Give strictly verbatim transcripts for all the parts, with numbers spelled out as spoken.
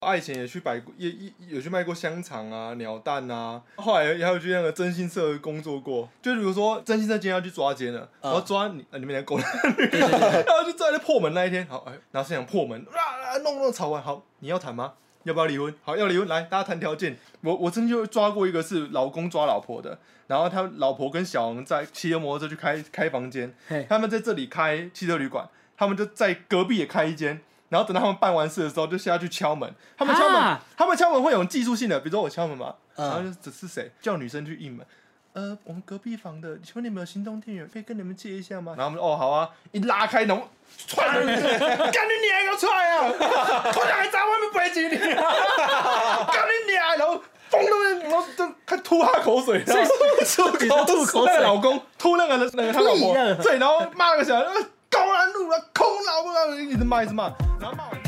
他以前也去摆过，也也有去卖过香肠啊、鸟蛋啊，后来还有去那个征信社工作过。就比如说征信社今天要去抓奸了，然后抓你，呃、你们两个狗男女，然后就在那破门那一天，好，哎，然后是想破门，啊，弄弄吵完，好，你要谈吗？要不要离婚？好，要离婚，来，大家谈条件。我我曾经就抓过一个是老公抓老婆的，然后他老婆跟小王在骑着摩托车去开开房间，他们在这里开汽车旅馆，他们就在隔壁也开一间。然后等到他们办完事的时候，就下去敲门。他们敲门，啊、他们敲门会有技术性的，比如说我敲门嘛，嗯、然后就这是谁？叫女生去应门。呃，我们隔壁房的，请问你们有行动电源，可以跟你们借一下吗？然后他们哦好啊，一拉开，然后踹他们，干你娘个踹啊！快点来在外面背景你，干你娘！然后疯了，然后就开吐他口水，然后吐吐口水，老公吐那个那个他老婆，对，然后骂那个小孩。高难路了，空老不了，一直骂一直骂，然后骂完。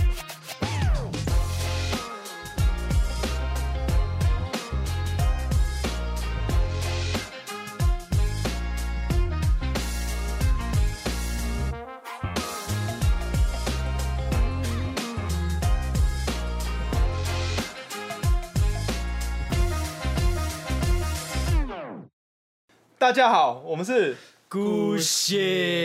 大家好，我们是。 姑谢，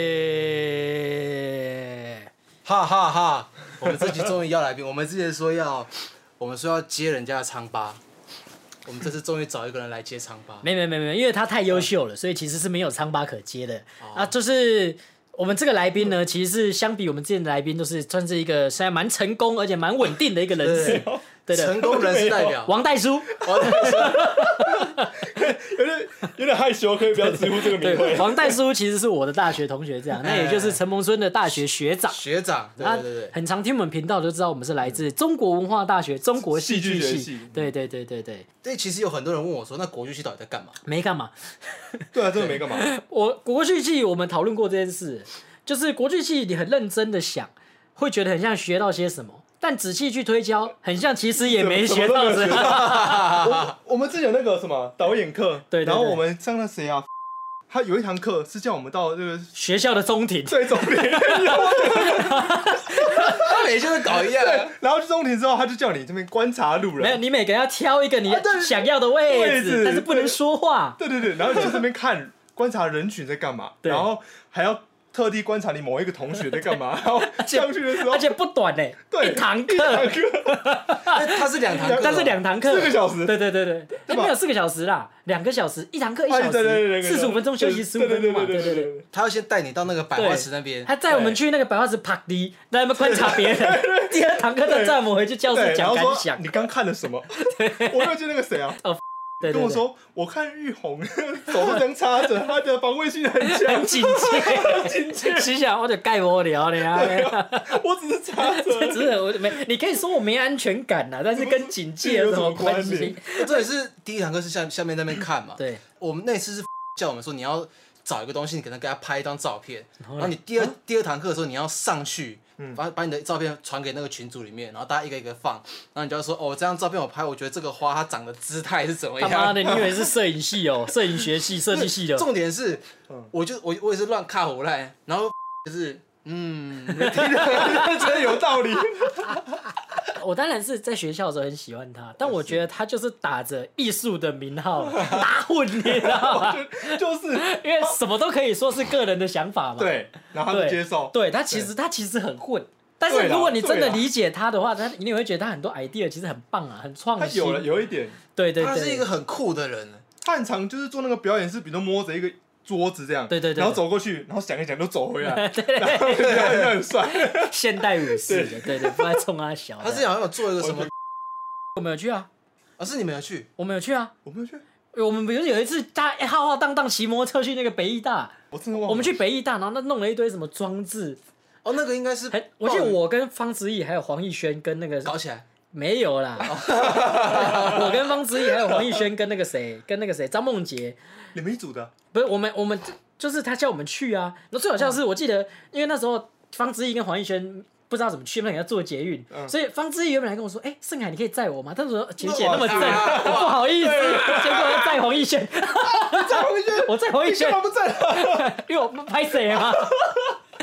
哈哈哈！我们这集终于要来宾，我们之前说要，我们说要接人家的疮疤，我们这次终于找一个人来接疮疤。 没没没没，因为他太优秀了，所以其实是没有疮疤可接的、哦、啊。就是我们这个来宾呢，其实是相比我们之前的来宾，都是算是一个虽然蛮成功而且蛮稳定的一个人士。对的， 成功人士代表王代书， 王代书有点有点害羞，可以不要直呼这个名讳。 王代书其实是我的大学同学，这样，那也就是陈蒙孙的大学学长。 学长，对对对， 很常听我们频道就知道我们是来自中国文化大学中国戏剧系。对对对对对。 对，其实有很多人问我说，那国剧系到底在干嘛？ 没干嘛。 对啊，真的没干嘛。 我国剧系我们讨论过这件事，就是国剧系你很认真的想，会觉得很像学到些什么。但仔细去推敲，很像其实也没学到什么。 我我们之前有那个什么导演课， 对， 然后我们上那谁啊，他有一堂课是叫我们到这个学校的中庭， 对中庭， 他每次都搞一样。 对，然后去中庭之后，他就叫你这边观察路人， 没有，你每个人要挑一个你想要的位置，但是不能说话。 对对对，然后你就这边看观察人群在干嘛，然后还要。特地观察你某一个同学在干嘛，然后上去的时候， 而且不短嘞、欸，对，一堂课， 他是两堂课， 他是两堂课， 四个小时， 对对对对，他没有四个小时啦，两个小时，一堂课一小时，四十五分钟休息十五分钟嘛，对对对， 他要先带你到那个百花池那边， 他载我们去那个百花池趴地，在那边观察别人，第二堂课再载我们回去教室讲感想， 你刚看了什么？我又记得那个谁啊。 对对对跟我说，我看玉红手都这样插着，他的防卫性很强， 很警戒，很警戒。心想我就盖无聊了呀， 我只是插着， 只是我没，你可以说我没安全感呐，但是跟警戒有什么关系？ 这也是第一堂课是下下面那边看嘛， 对， 我们那次是叫我们说你要找一个东西，你可能给他拍一张照片，然后你第二第二堂课的时候你要上去。把把你的照片传给那个群组里面，然后大家一个一个放，然后你就要说哦，这张照片我拍，我觉得这个花它长的姿态是怎么样？ 他妈的，你以为是摄影系哦，摄影学系、设计系的？ 重点是，我就我我也是乱卡胡赖，然后就是嗯， 真的有道理。 我当然是在学校的时候很喜欢他，但我觉得他就是打着艺术的名号打混，你知道吗？ 就是因为什么都可以说是个人的想法嘛。 对，然后他就接受。 对，他其实他其实很混，但是如果你真的理解他的话，他你会觉得他很多 idea 其实很棒啊，很创新。 他有了有一点， 对对对， 他是一个很酷的人。 他很常就是做那个表演是，比如摸着一个桌子这样， 对对对， 然后走过去，然后想一想就走回来， 对对对，表演很帅， 现代武士的，对对，不要冲他小。 他之前好像有做一个什么， 我没有去啊， 啊是你没有去， 我没有去啊， 我没有去。 我们比如有一次，大家浩浩荡荡骑摩托车去那个北艺大， 我真的忘了。 我们去北艺大，然后那弄了一堆什么装置。 哦，那个应该是， 我记得我跟方子毅还有黄奕轩跟那个搞起来。 没有啦，我跟方子毅还有黄奕轩跟那个谁，跟那个谁张梦洁， 你们一组的？ 不是我们，我们就是他叫我们去啊。那最好笑的是，我记得因为那时候方子毅跟黄奕轩不知道怎么去，那要坐捷运，嗯、所以方之毅原本来跟我说：“哎、欸，盛海，你可以载我吗？”他说：“姐姐那么正，不好意思。”结果要载黄奕轩， 你载黄奕轩， 我载黄奕轩， 你干嘛不载他？ 因为我拍谁嘛。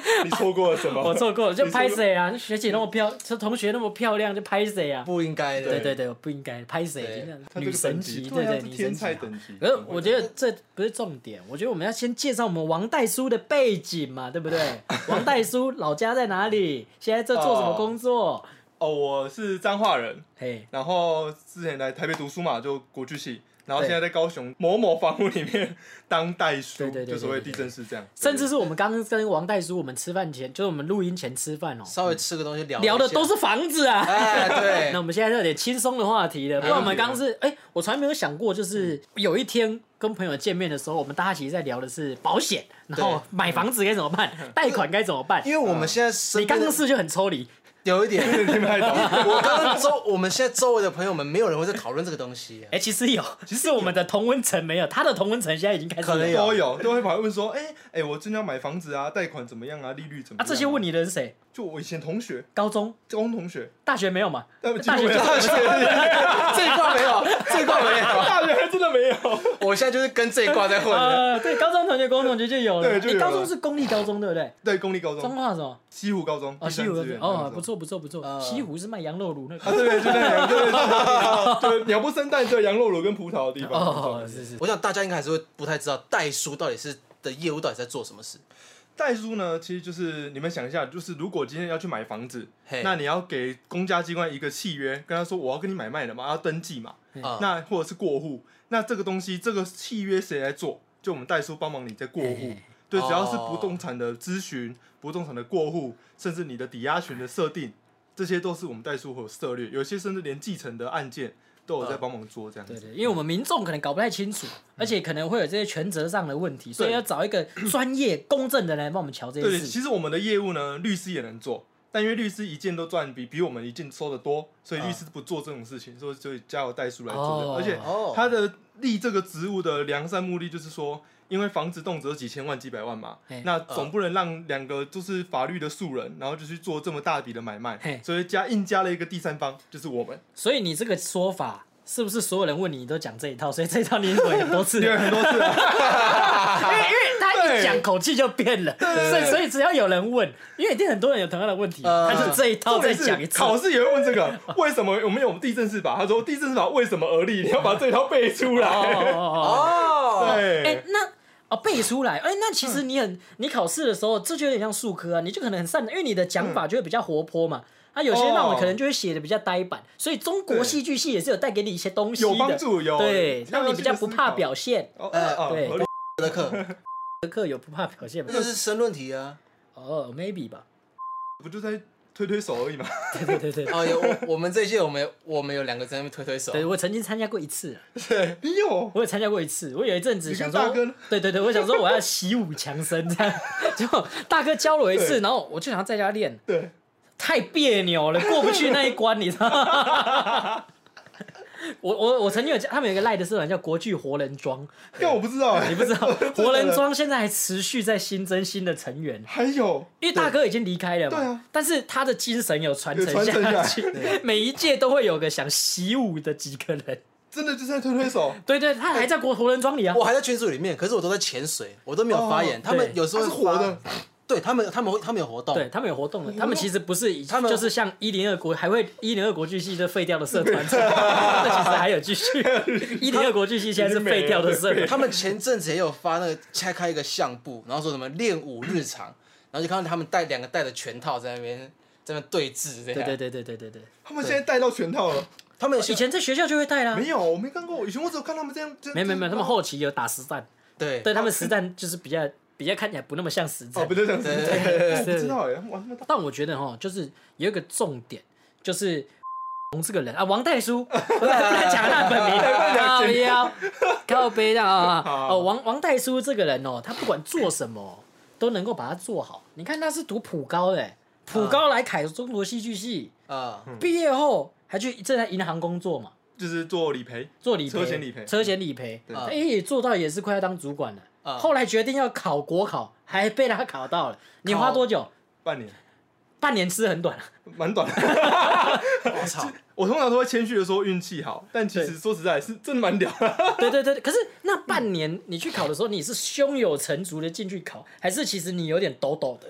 你错过了什么？ 我错过了，就拍谁啊？学姐那么漂，同学那么漂亮，就拍谁啊？ 不应该的。 对对对，不应该拍谁？女神级，对对，女神级。 天等级。 可是我觉得这不是重点，我觉得我们要先介绍我们王代书的背景嘛，对不对？王代书老家在哪里？现在在做什么工作？ 哦，我是彰化人， 嘿， 然后之前来台北读书嘛，就国剧系。然后现在在高雄某某房屋里面当代书，就所谓地震师这样。 甚至是我们刚刚跟王代书，我们吃饭前，就是我们录音前吃饭哦， 稍微吃个东西聊聊的都是房子啊。 哎，对。 那我们现在就有点轻松的话题了，不然我们刚刚是，哎，我从来没有想过，就是有一天跟朋友见面的时候，我们大家其实在聊的是保险，然后买房子该怎么办，贷款该怎么办。 因为我们现在你刚刚是就很抽离。 有一点听不太懂。我刚刚周，我们现在周围的朋友们，没有人会在讨论这个东西。 哎、欸，其实有，其实我们的同温层没有，他的同温层现在已经开始可能有都有，都会跑来问说，哎、欸、哎、欸，我真的要买房子啊，贷款怎么样啊，利率怎么样、啊？ 啊，这些问你的人是谁？ 就我以前同学， 高中、 高中同学， 大学没有嘛？ 大学没有，大学这一挂没有，这一挂没有， 大学还真的没有。 我现在就是跟这一挂在混的。 呃，对，高中同学、高中同学就有了。 对，就有了。 你高中是公立高中对不对？ 对，公立高中。 彰化什么？ 西湖高中。 哦，西湖高中。哦，不错不错不错。呃、西湖是卖羊肉卤那个。 啊，对，就那样，对对对，就鸟不生蛋，只有羊肉卤跟葡萄的地方。 哦，是是。 我想大家应该还是会不太知道代书到底是的业务到底在做什么事。 代书呢，其实就是你们想一下，就是如果今天要去买房子，那你要给公家机关一个契约，跟他说我要跟你买卖的嘛，要登记嘛，那或者是过户，那这个东西这个契约谁来做？就我们代书帮忙你在过户。对，只要是不动产的咨询、不动产的过户，甚至你的抵押权的设定，这些都是我们代书会有策略，有些甚至连继承的案件。都有在帮忙做这样子， 对对，因为我们民众可能搞不太清楚，而且可能会有这些权责上的问题，所以要找一个专业、公正的人来帮我们瞧这些事。 对，其实我们的业务呢，律师也能做，但因为律师一件都赚比比我们一件收的多，所以律师不做这种事情，所以就交由代书来做的。 哦、 而且他的立这个职务的良善目的就是说，因为房子动辄几千万、几百万嘛，那总不能让两个就是法律的素人，然后就去做这么大笔的买卖，所以加硬加了一个第三方，就是我们。 所以你这个说法。是不是所有人问你，你都讲这一套？所以这一套你滚很多次， 对，很多次啊。 因为因为他一讲口气就变了，所以所以只要有人问，因为一定很多人有同样的问题，呃、他就这一套再讲一次。 考试也会问这个，为什么我们有地震司法？他说地震司法为什么而立？你要把这一套背出来。 哦， 对， 哎、欸，那。哦，背出来，哎、欸，那其实你很，你考试的时候，这就有点像术科啊，你就可能很擅长，因为你的讲法就会比较活泼嘛。啊，有些那种可能就会写的比较呆板，所以中国戏剧系也是有带给你一些东西的， 有帮助，有对，让你比较不怕表现。 呃， 对， 的课的课有不怕表现吗？ 那是申论题啊。 哦 ，maybe 吧。 不就在推推手而已嘛。 对对对对。 哦，有我我们这一届我们我们有两个在那边推推手。 对，我曾经参加过一次。 对，你有？ 我有参加过一次。我有一阵子想说， 大哥对对对，我想说我要习武强身这样，结果大哥教了我一次，然后我就想要在家练。 对。 太别扭了，过不去那一关，你知道吗？我我我曾经有他们有一个赖的社团叫国剧活人庄， 但我不知道哎、欸， 你不知道活人庄现在还持续在新增新的成员， 还有， 因为大哥已经离开了嘛， 对啊， 但是他的精神有传承下去，每一届都会有个想习武的几个人。 真的就是在推推手， 对对，他还在国活人庄里啊， 我还在群组里面，可是我都在潜水，我都没有发言。哦、他们有时候是活的。 对他们，他们他们有活动， 对他们有活动的，他们其实不是，他们就是像一零二国，还会一零二国剧系的废掉的社团，那其实还有继续。一零二国剧系现在是废掉的社团， 他们前阵子也有发那个拆开一个相簿，然后说什么练武日常，然后就看到他们带两个带着拳套在那边在那边对峙，这样。 对对对对对对对。 他们现在带到拳套了。 他们以前在学校就会带啦。 没有，我没看过，以前我只有看他们这样。 没没没，他们后期有打实战。 对。 对他们实战就是比较。比较看起来不那么像实战， 哦，不就像实战，我不知道哎， 但我觉得哈，就是有一个重点，就是王这个人啊，王代书，不能讲他本名，靠腰，靠背的啊，哦，王王代书这个人哦，他不管做什么都能够把它做好。你看他是读普高的，普高来考中国戏剧系啊，毕业后还去正在银行工作嘛， 就是做理赔， 做理赔， 车险理赔， 车险理赔，哎，做到也是快要当主管了。 Uh, 后来决定要考国考，还被他考到了。你花多久？ 半年。 半年吃很短， 蛮短的。 我操！ 我通常都会谦虚的说运气好，但其实说实在是真的蛮屌的。 对对对，可是那半年你去考的时候，你是胸有成竹的进去考，还是其实你有点抖抖的？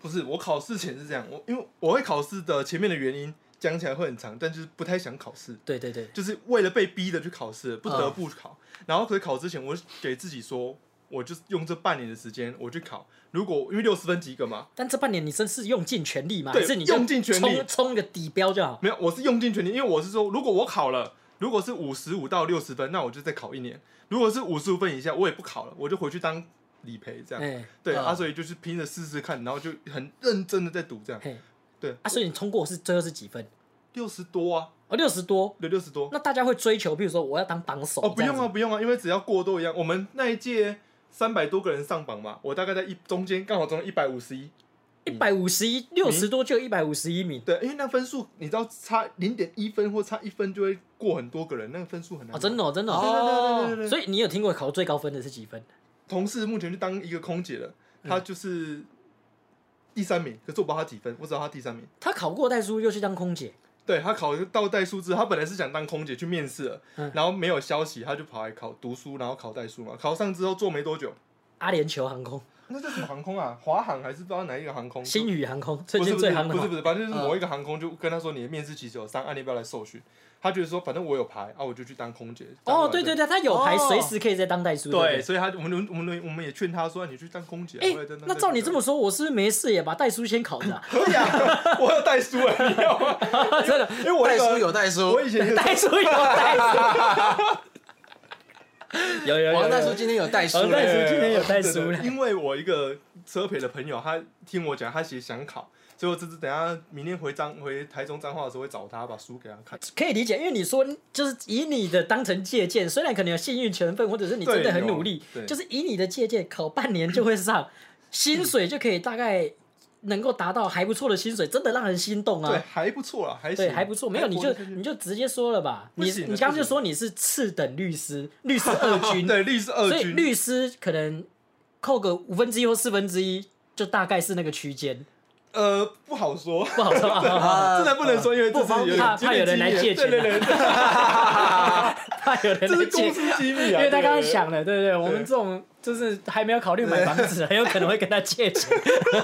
不是，我考试前是这样，我因为我会考试的前面的原因讲起来会很长，但就是不太想考试。 对对对， 就是为了被逼的去考试，不得不考。嗯、然后可是考之前，我给自己说，我就用这半年的时间我去考。如果因为六十分及格嘛， 但这半年你真是用尽全力吗？ 对， 还是你用尽全力冲个底标就好？ 没有，我是用尽全力，因为我是说，如果我考了，如果是五十五到六十分，那我就再考一年；如果是五十五分以下，我也不考了，我就回去当理赔这样。欸、对、嗯、啊，所以就是拼着试试看，然后就很认真的在读这样。对啊，所以你通过是最后是几分？ 六十多啊。 哦，六十多， 对，六十多。 那大家会追求，比如说我要当榜首。 哦，不用啊，不用啊，因为只要过都一样。我们那一届三百多个人上榜嘛，我大概在一中间，刚好中一百五十一。 一百五十一，六十多就一百五十一名。 对，因为那分数你知道差零点一分或差一分就会过很多个人，那个分数很难。 哦，真的哦，真的哦。 对对对对对对。 所以你有听过考最高分的是几分？ 同事目前去当一个空姐了，她就是第三名，可是我不知道她几分，我知道她第三名。 她考过代书又去当空姐。 对，他考到代数之后，他本来是想当空姐去面试了，嗯、然后没有消息，他就跑来考读书，然后考代数嘛。考上之后做没多久， 阿联酋航空， 那是什么航空啊？华航还是不知道哪一个航空？ 星宇航空，最近最航的。 不是不是，反正就是某一个航空就跟他说你的面试期只有三，啊，你要不要来受训？他觉得说反正我有牌啊，我就去当空姐。 哦，对对对，他有牌，随、哦、时可以再当代书。 对，对所以他我们我们我们也劝他说你去当空姐。 哎、欸，那照你这么说，我是不是没事也把代书先考着、啊？ 可以啊，我有代书哎，你要吗？ 真的， 因为我代书有代书， 我以前代书有代书。有有有， 王代书今天有代书， 王代书今天有代书了。 因为我一个车陪的朋友，他听我讲，他其实想考。所以我这次等一下明天回彰回台中彰化的时候会找他把书给他看。 可以理解，因为你说就是以你的当成借鉴，虽然可能有幸运成分，或者是你真的很努力，就是以你的借鉴，考半年就会上，薪水就可以大概能够达到还不错的薪水，真的让人心动啊！ 对，还不错啦，还对还不错。没有你就你就直接说了吧，你你刚刚就说你是次等律师，律师二军， 对，律师二军， 所以律师可能扣个五分之一或四分之一，就大概是那个区间。 呃，不好说， 不好说啊， 真的不能说，因为这是有怕怕有人来借钱， 对对对， 怕有人来借， 这是公司机密啊。 因为他刚刚想了，对不对？我们这种就是还没有考虑买房子，很有可能会跟他借钱。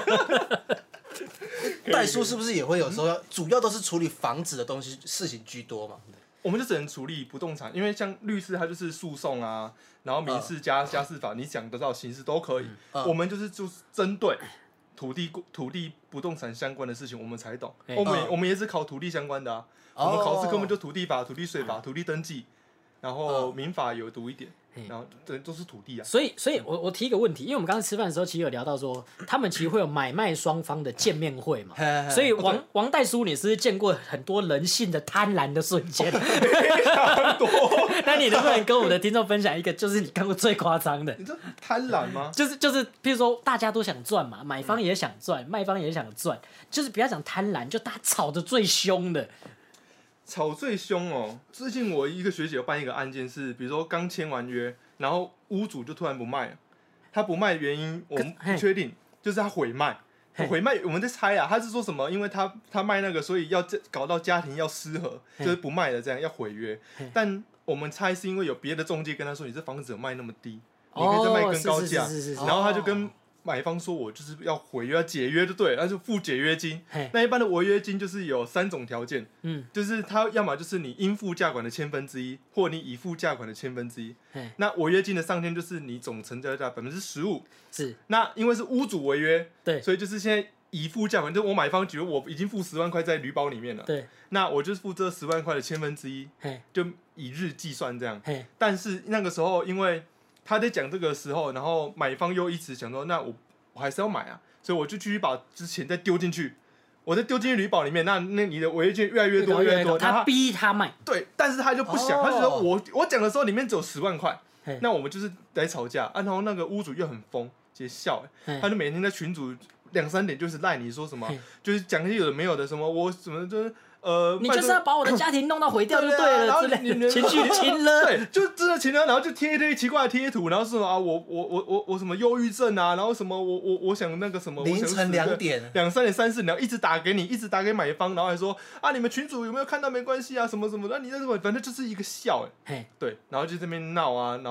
代书是不是也会有时候要，主要都是处理房子的东西事情居多嘛？ 我们就只能处理不动产，因为像律师他就是诉讼啊，然后民事家家事法，你讲得到刑事都可以。我们就是就是针对。土地土地不动产相关的事情我们才懂，欸、我们、嗯、我们也是考土地相关的啊，哦、我们考试根本就土地法、土地税法、土地登记，然后民法有读一点，嗯、然后这都是土地啊。 所以，所以我我提一个问题，因为我们刚刚吃饭的时候其实有聊到说，他们其实会有买卖双方的见面会嘛，所以王、哦、王代书你是不是见过很多人性的贪婪的瞬间？ 非常多。 那你能不能跟我们的听众分享一个，就是你看过最夸张的？ 你说贪婪吗？ 就是就是，譬如说大家都想赚嘛，买方也想赚，卖方也想赚，就是不要讲贪婪，就大家吵得最凶的。 吵最凶哦！最近我一个学姐有办一个案件是，比如说刚签完约，然后屋主就突然不卖了，他不卖的原因我们不确定，就是他毁卖。毁卖，我们在猜啊，他是说什么？因为他他卖那个，所以要搞到家庭要失和，就是不卖了，这样要毁约。但我们猜是因为有别的中介跟他说，你这房子有卖那么低，你可以再卖更高价。然后他就跟买方说，我就是要毁约、要解约就对了，他就付解约金。那一般的违约金就是有三种条件，嗯，就是他要么就是你应付价款的千分之一，或你已付价款的千分之一。那违约金的上限就是你总成交价百分之十五。 是。那因为是屋主违约， 对， 所以就是现在已付价款，就是我买方觉得我已经付十万块在履保里面了， 对， 那我就是付这十万块的千分之一，就以日计算这样。但是那个时候因为他在讲这个时候，然后买方又一直想说，那我我还是要买啊，所以我就继续把之前再丢进去，我再丢进去履保里面，那那你的违约金越来越多，越来越多， 他逼他卖， 对，但是他就不想，哦、他就说我我讲的时候里面只有十万块，那我们就是来吵架，啊、然后那个屋主又很疯，直接笑，他就每天在群组两三点就是赖你说什么，就是讲一些有的没有的，什么我什么就是。呃， 你就是要把我的家庭弄到毁掉就对了， 然后你情绪情了， 对，就真的情了，然后就贴一堆奇怪的贴图，然后是什么啊，我我我我我什么忧郁症啊，然后什么我我我想那个什么， 凌晨两点， 两三点三四，然后一直打给你，一直打给买方，然后还说啊，你们群主有没有看到没关系啊，什么什么的，你那什么，反正就是一个笑哎，对，然后就这边闹啊，然后一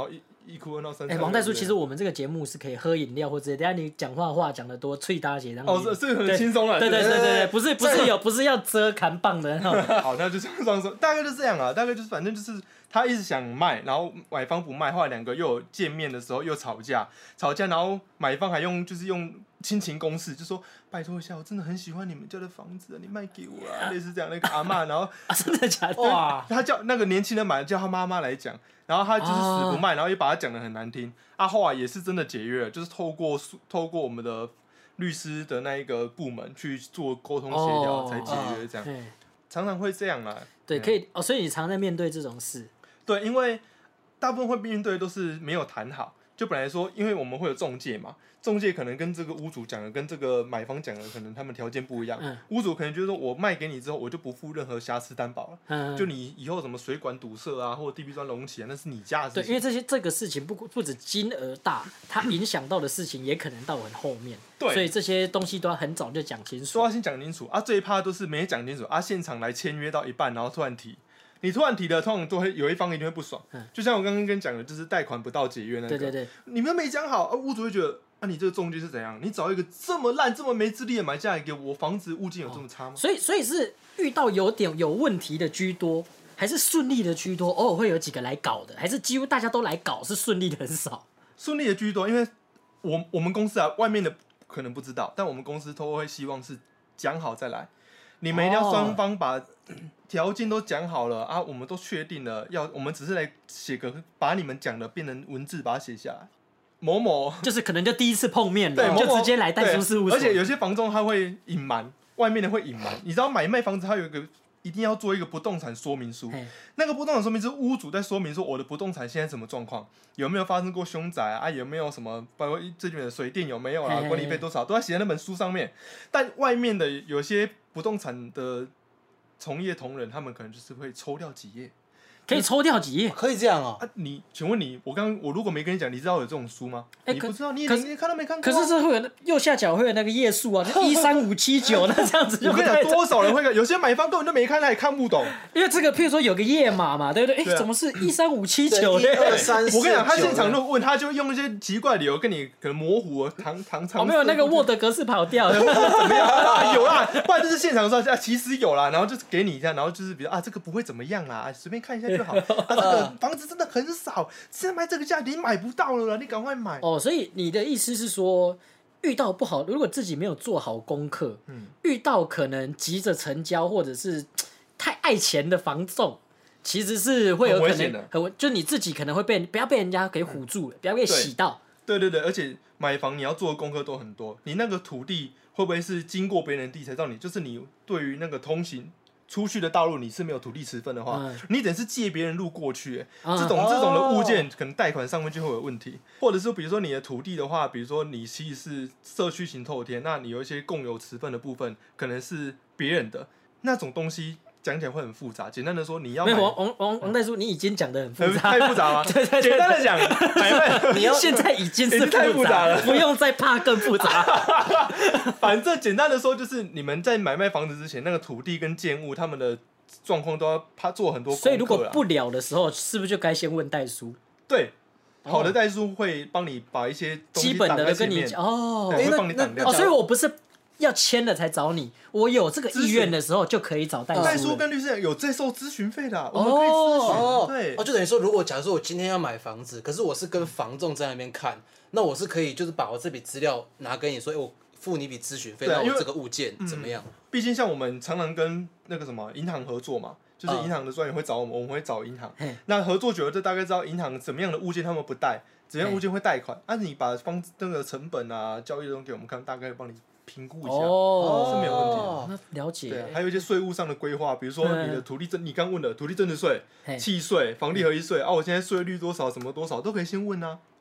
一哭二闹三哎、 上吊。 王代书，其实我们这个节目是可以喝饮料或者，等一下你讲话话讲的多，脆大姐让你。 哦，这这个很轻松了。 对对对对对，不是不是有不是要遮砍棒的那种。 好，那就这样说，大概就这样啊，大概就是反正就是他一直想卖，然后买方不卖，后来两个又有见面的时候又吵架，吵架，然后买方还用就是用亲情攻势，就说拜托一下，我真的很喜欢你们家的房子，你卖给我啊，类似这样那个阿嬷，然后、 啊、真的假的？ 哇， 他叫那个年轻人买，叫他妈妈来讲。然后他就是死不卖，然后也把他讲得很难听。啊，后来也是真的解约了，就是透过透过我们的律师的那一个部门去做沟通协调才解约，这样、哦、常常会这样啦。 对，可以哦，所以你常在面对这种事。 对，因为大部分会面对都是没有谈好，就本来说，因为我们会有中介嘛。中介可能跟这个屋主讲的，跟这个买方讲的，可能他们条件不一样。嗯、屋主可能就是说我卖给你之后，我就不负任何瑕疵担保了。嗯、就你以后什么水管堵塞啊，或者地壁砖隆起啊，那是你家的事情。 对，因为这些这个事情不不止金额大，它影响到的事情也可能到很后面。对，所以这些东西都要很早就讲清楚。 都要先讲清楚啊！这一趴都是没讲清楚啊，现场来签约到一半，然后突然提。你突然提的，通常都会有一方一定会不爽。嗯、就像我刚刚跟你讲的，就是贷款不到解约那个。 对对对。 你们没讲好，啊，屋主会觉得。那、啊、你这个中介是怎样？你找一个这么烂、这么没资历的买家来给我，房子物件有这么差吗？ 哦、所以，所以是遇到有点有问题的居多，还是顺利的居多？偶尔会有几个来搞的，还是几乎大家都来搞，是顺利的很少？ 顺利的居多，因为我我们公司啊，外面的可能不知道，但我们公司都会希望是讲好再来。你们一定要双方把条件都讲好了、哦、啊，我们都确定了，要我们只是来写个把你们讲的变成文字，把它写下来。某某就是可能就第一次碰面了，就直接来代书事务所。 而且有些房仲他会隐瞒，外面的会隐瞒。你知道买卖房子，他有一个一定要做一个不动产说明书。那个不动产说明书，屋主在说明说我的不动产现在什么状况，有没有发生过凶宅啊？啊有没有什么包括这里面的水电有没有啊？管理费多少都要写在那本书上面。但外面的有些不动产的从业同仁，他们可能就是会抽掉几页。 可以抽掉几页？ 可以这样哦、 啊。你，请问你，我刚刚我如果没跟你讲，你知道有这种书吗？欸、你不知道，你连看都没看过、啊。 可是这会有右下角会有那个页数啊，一三五七九那这样子就。 我跟你讲，多少人会看？有些买方根本就没看，他也看不懂。 因为这个，譬如说有个页码嘛，对不对？哎、欸，怎么是一三五七九？ 一二三四。 我跟你讲，他现场如果问，他就用一些奇怪的理由跟你可能模糊唐唐长。 哦，没有那个 Word 格式跑掉， 怎么样、啊？有啦，不然就是现场说啊，其实有啦，然后就是给你这样，然后就是比如啊，这个不会怎么样啦，随便看一下就好。啊房子真的很少，现在卖这个价你买不到了啦，你赶快买。 哦，所以你的意思是说，遇到不好，如果自己没有做好功课，嗯，遇到可能急着成交或者是太爱钱的房仲，其实是会有可能很很，就你自己可能会被不要被人家给唬住了，嗯、不要被洗到。 对对对，而且买房你要做的功课都很多，你那个土地会不会是经过别人的地才到你？就是你对于那个通行。出去的道路你是没有土地持分的话，嗯、你等是借别人路过去、欸嗯，这种这种的物件可能贷款上面就会有问题，或者是比如说你的土地的话，比如说你其实是社区型透天，那你有一些共有持分的部分可能是别人的那种东西。讲起来会很复杂，简单的说，你要买。 王王王王代书，你已经讲的很复杂， 太复杂吗？ 对对对， 简单的讲，买卖你要现在已经是太复杂了， 不用再怕更复杂。 反正简单的说，就是你们在买卖房子之前，那个土地跟建物他们的状况都要怕做很多功课。 所以如果不了的时候，是不是就该先问代书？ 对。好的代书会帮你把一些基本的跟你讲哦， 会帮你挡掉。 哦，所以我不是。要签了才找你，我有这个意愿的时候就可以找代书。 代书跟律师有在收咨询费的、啊，我们可以咨询。 哦， 对， 哦，就等于说，如果假如说我今天要买房子，可是我是跟房仲在那边看，那我是可以就是把我这笔资料拿给你说，哎、欸，我付你一笔咨询费，那我这个物件怎么样？ 毕、嗯、竟像我们常常跟那个什么银行合作嘛，就是银行的专员会找我们，我们会找银行。那合作久了，就大概知道银行怎么样的物件他们不贷，怎样物件会贷款。啊，你把房那个成本啊、交易的东西给我们看，大概帮你。评估一下、哦、是没有问题的。 那了解。 对、啊，还有一些税务上的规划，比如说你的土地增，你刚问的土地增值税、契税、房地合一税啊，我现在税率多少，什么多少都可以先问啊。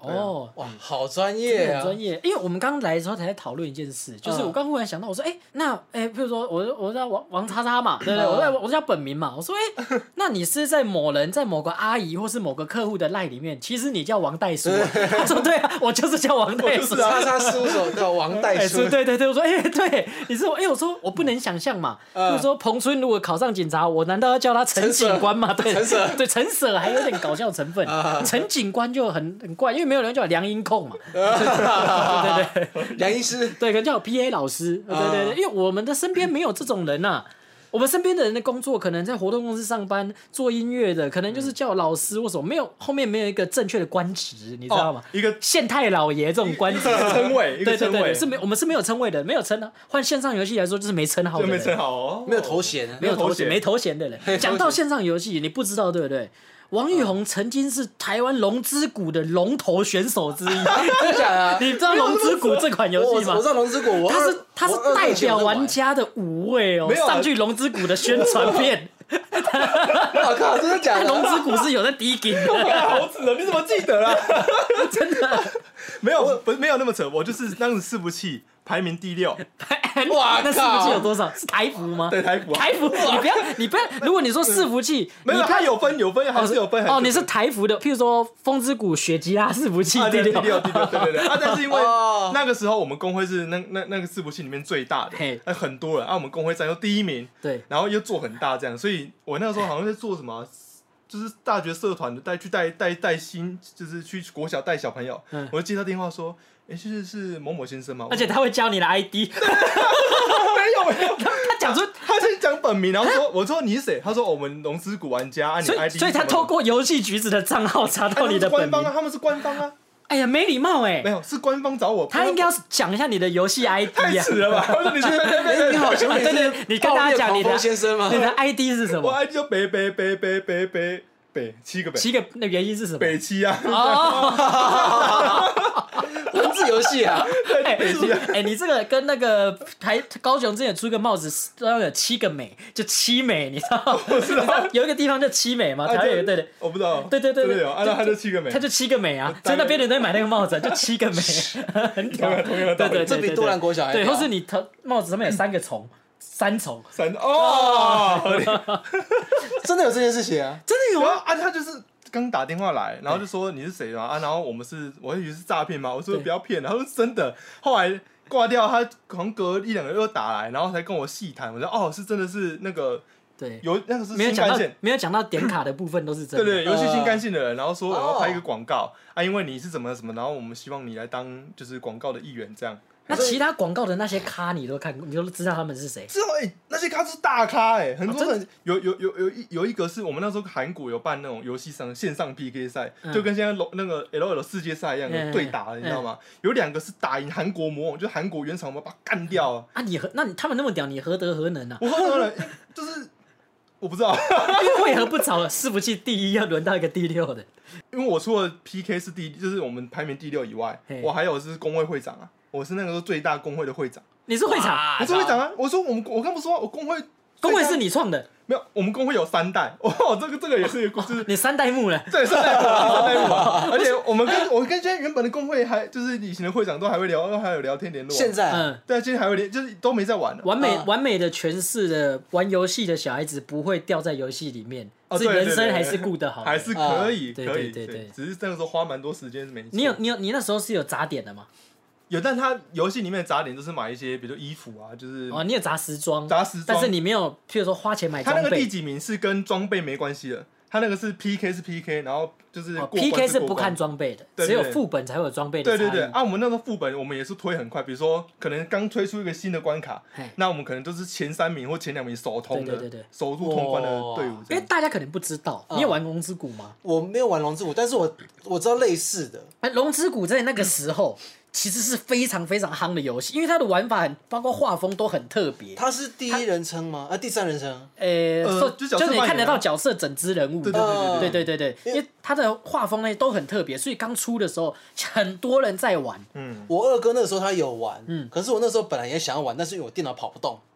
哦， 哇，好专业啊！ 很专业，因为我们刚来的时候才在讨论一件事，就是我刚忽然想到，我说，哎，那，哎，比如说我我叫王王叉叉嘛，对不对？我在我叫本名嘛，我说，哎，那你是在某人在某个阿姨或是某个客户的赖里面，其实你叫王代书，他说对啊，我就是叫王代书， 叉叉事务所的王代书， 对对对，我说，哎，对，你是我，哎，我说我不能想象嘛，就是说彭春如果考上警察，我难道要叫他陈警官吗？对， 陈舍， 对，陈舍还有点搞笑成分，陈警官就很很怪，因为没有人叫梁音控嘛，对对对， 梁医师， 对，可能叫我 P A 老师，对对对，因为我们的身边没有这种人呐、啊。我们身边的人的工作可能在活动公司上班做音乐的，可能就是叫老师或什么，没有后面没有一个正确的官职，你知道吗？ 哦、一个县太老爷这种官职称谓，一个称谓是没我们是没有称谓的，没有称的。换线上游戏来说，就是没称号的人， 就没称号哦， 没有头衔， 没有头衔，没头衔的人。讲到线上游戏，你不知道对不对？王玉宏曾经是台湾龙之谷的龙头选手之一，真的假的？ 你知道龙之谷这款游戏吗？ 我知道龙之谷， 他是他是代表玩家的五位哦，上去龙之谷的宣传片。 我靠，真的假的？ 龙之谷是有在低金的， 好扯哦！你怎么记得啊？ 真的没有，不没有那么扯，我就是当时伺服器排名第六。 哇，那伺服器有多少？是台服吗？ 对，台服、啊。 台服，你不要，你不要。如果你说伺服器， 没有，它有分，有分，还是有分。 哦，你是台服的，譬如说风之谷、雪吉拉伺服器第六， 第六，第六，对对对。啊，但是因为那个时候我们工会是那那那个伺服器里面最大的，那很多人啊，我们工会占又第一名， 对， 然后又做很大这样，所以我那个时候好像在做什么。就是大学社团的带去带带带新，就是去国小带小朋友，嗯、我就接到电话说，哎、欸，是是某某先生吗？ 而且他会教你的 I D， 没有没有， 他讲出他先讲本名，然后说我说你是谁？他说我们龙之谷玩家，啊、你 I D， 所以他透过游戏橘子的账号查到你的本名。 官方啊，他们是官方啊。 哎呀，没礼貌哎！ 没有，是官方找我。 他应该要讲一下你的游戏 I D 啊！ 太迟了吧？我说你是你好，请问对对，你跟大家讲你的先生吗？ 你的 I D 是什么？ 我 I D 就北北北北北北北七个北， 七个那原因是什么？ 北七啊！ 哦， 文字游戏啊！ 哎，哎，你这个跟那个台高雄之前出一个帽子，都有七个美，就七美，你知道？ 我知道， 有一个地方叫七美嘛，台湾有个对对， 我不知道， 对对对对， 按照他就七个美， 他就七个美啊，所以那边人都买那个帽子，就七个美，很屌，对对， 这比多兰国小还对，或是你头帽子上面有三个虫。三重三哦， 真的有这件事情啊， 真的有啊！啊，他就是刚打电话来，然后就说你是谁啊？啊，然后我们是，我以为是诈骗嘛，我说不要骗，然后是真的。后来挂掉，他好像隔一两个月又打来，然后才跟我细谈，我说哦，是真的是那个。 对， 有那个是没有讲到新干线， 没有讲到点卡的部分都是真的。 对对，游戏新干线的人，然后说我要拍一个哦广告啊，因为你是怎么什么，然后我们希望你来当就是广告的一员这样。 那其他广告的那些咖你都看过，你都知道他们是谁？ 之后哎，那些咖是大咖哎，很多哦人有有有有一有一个是我们那时候韩国有办那种游戏上线上 P K 赛，就跟现在那个 L O L 世界赛一样有对打，你知道吗？有两个是打赢韩国魔王，就韩国原厂，我们把他干掉啊！ 啊，你何那你他们那么屌，你何德何能啊？ 我何德何能？就是我不知道， 因为为何不找伺服器第一，要轮到一个第六的？ 因为我除了 P K 是第，就是我们排名第六以外，我还有是工会会长啊。我是那个时候最大工会的会长， 你是会长， 我是会长啊！我说我们，我刚不说，我工会， 工会是你创的， 没有，我们工会有三代，哦，这个这个也是一个故事， 你三代目了， 对，三代目，三代目，而且我们跟我跟现在原本的工会还就是以前的会长都还会聊，都还有聊天联络， 现在， 嗯， 对，今天还会联，就是都没在玩了， 完美完美的诠释的玩游戏的小孩子不会掉在游戏里面。 哦， 自己人生还是顾得好， 还是可以， 可以， 对对对， 只是那个时候花蛮多时间没。 你有你有你那时候是有砸点的吗？ 有，但他游戏里面的砸点都是买一些，比如说衣服啊，就是哦，你有砸时装， 砸时装， 但是你没有，譬如说花钱买装备。 他那个第几名是跟装备没关系的，他那个是 P K 是 P K， 然后就是过关是过关 P K 是不看装备的， 对对对， 只有副本才会有装备的。 对对对，啊，我们那时候副本我们也是推很快，比如说可能刚推出一个新的关卡，那我们可能都是前三名或前两名首通的， 对对对， 守住通关的队伍。 因为大家可能不知道，你有玩龙之谷吗？ 我没有玩龙之谷，但是我我知道类似的。 哎，龙之谷在那个时候。其实是非常非常夯的游戏，因为它的玩法很，包括画风都很特别。 它是第一人称吗？啊，第三人称？ 呃， 呃就就是你看得到角色整只人物。 对对对对对对对对，因为它的画风呢都很特别，所以刚出的时候很多人在玩。 嗯， 我二哥那个时候他有玩，嗯，可是我那时候本来也想要玩，但是因为我电脑跑不动。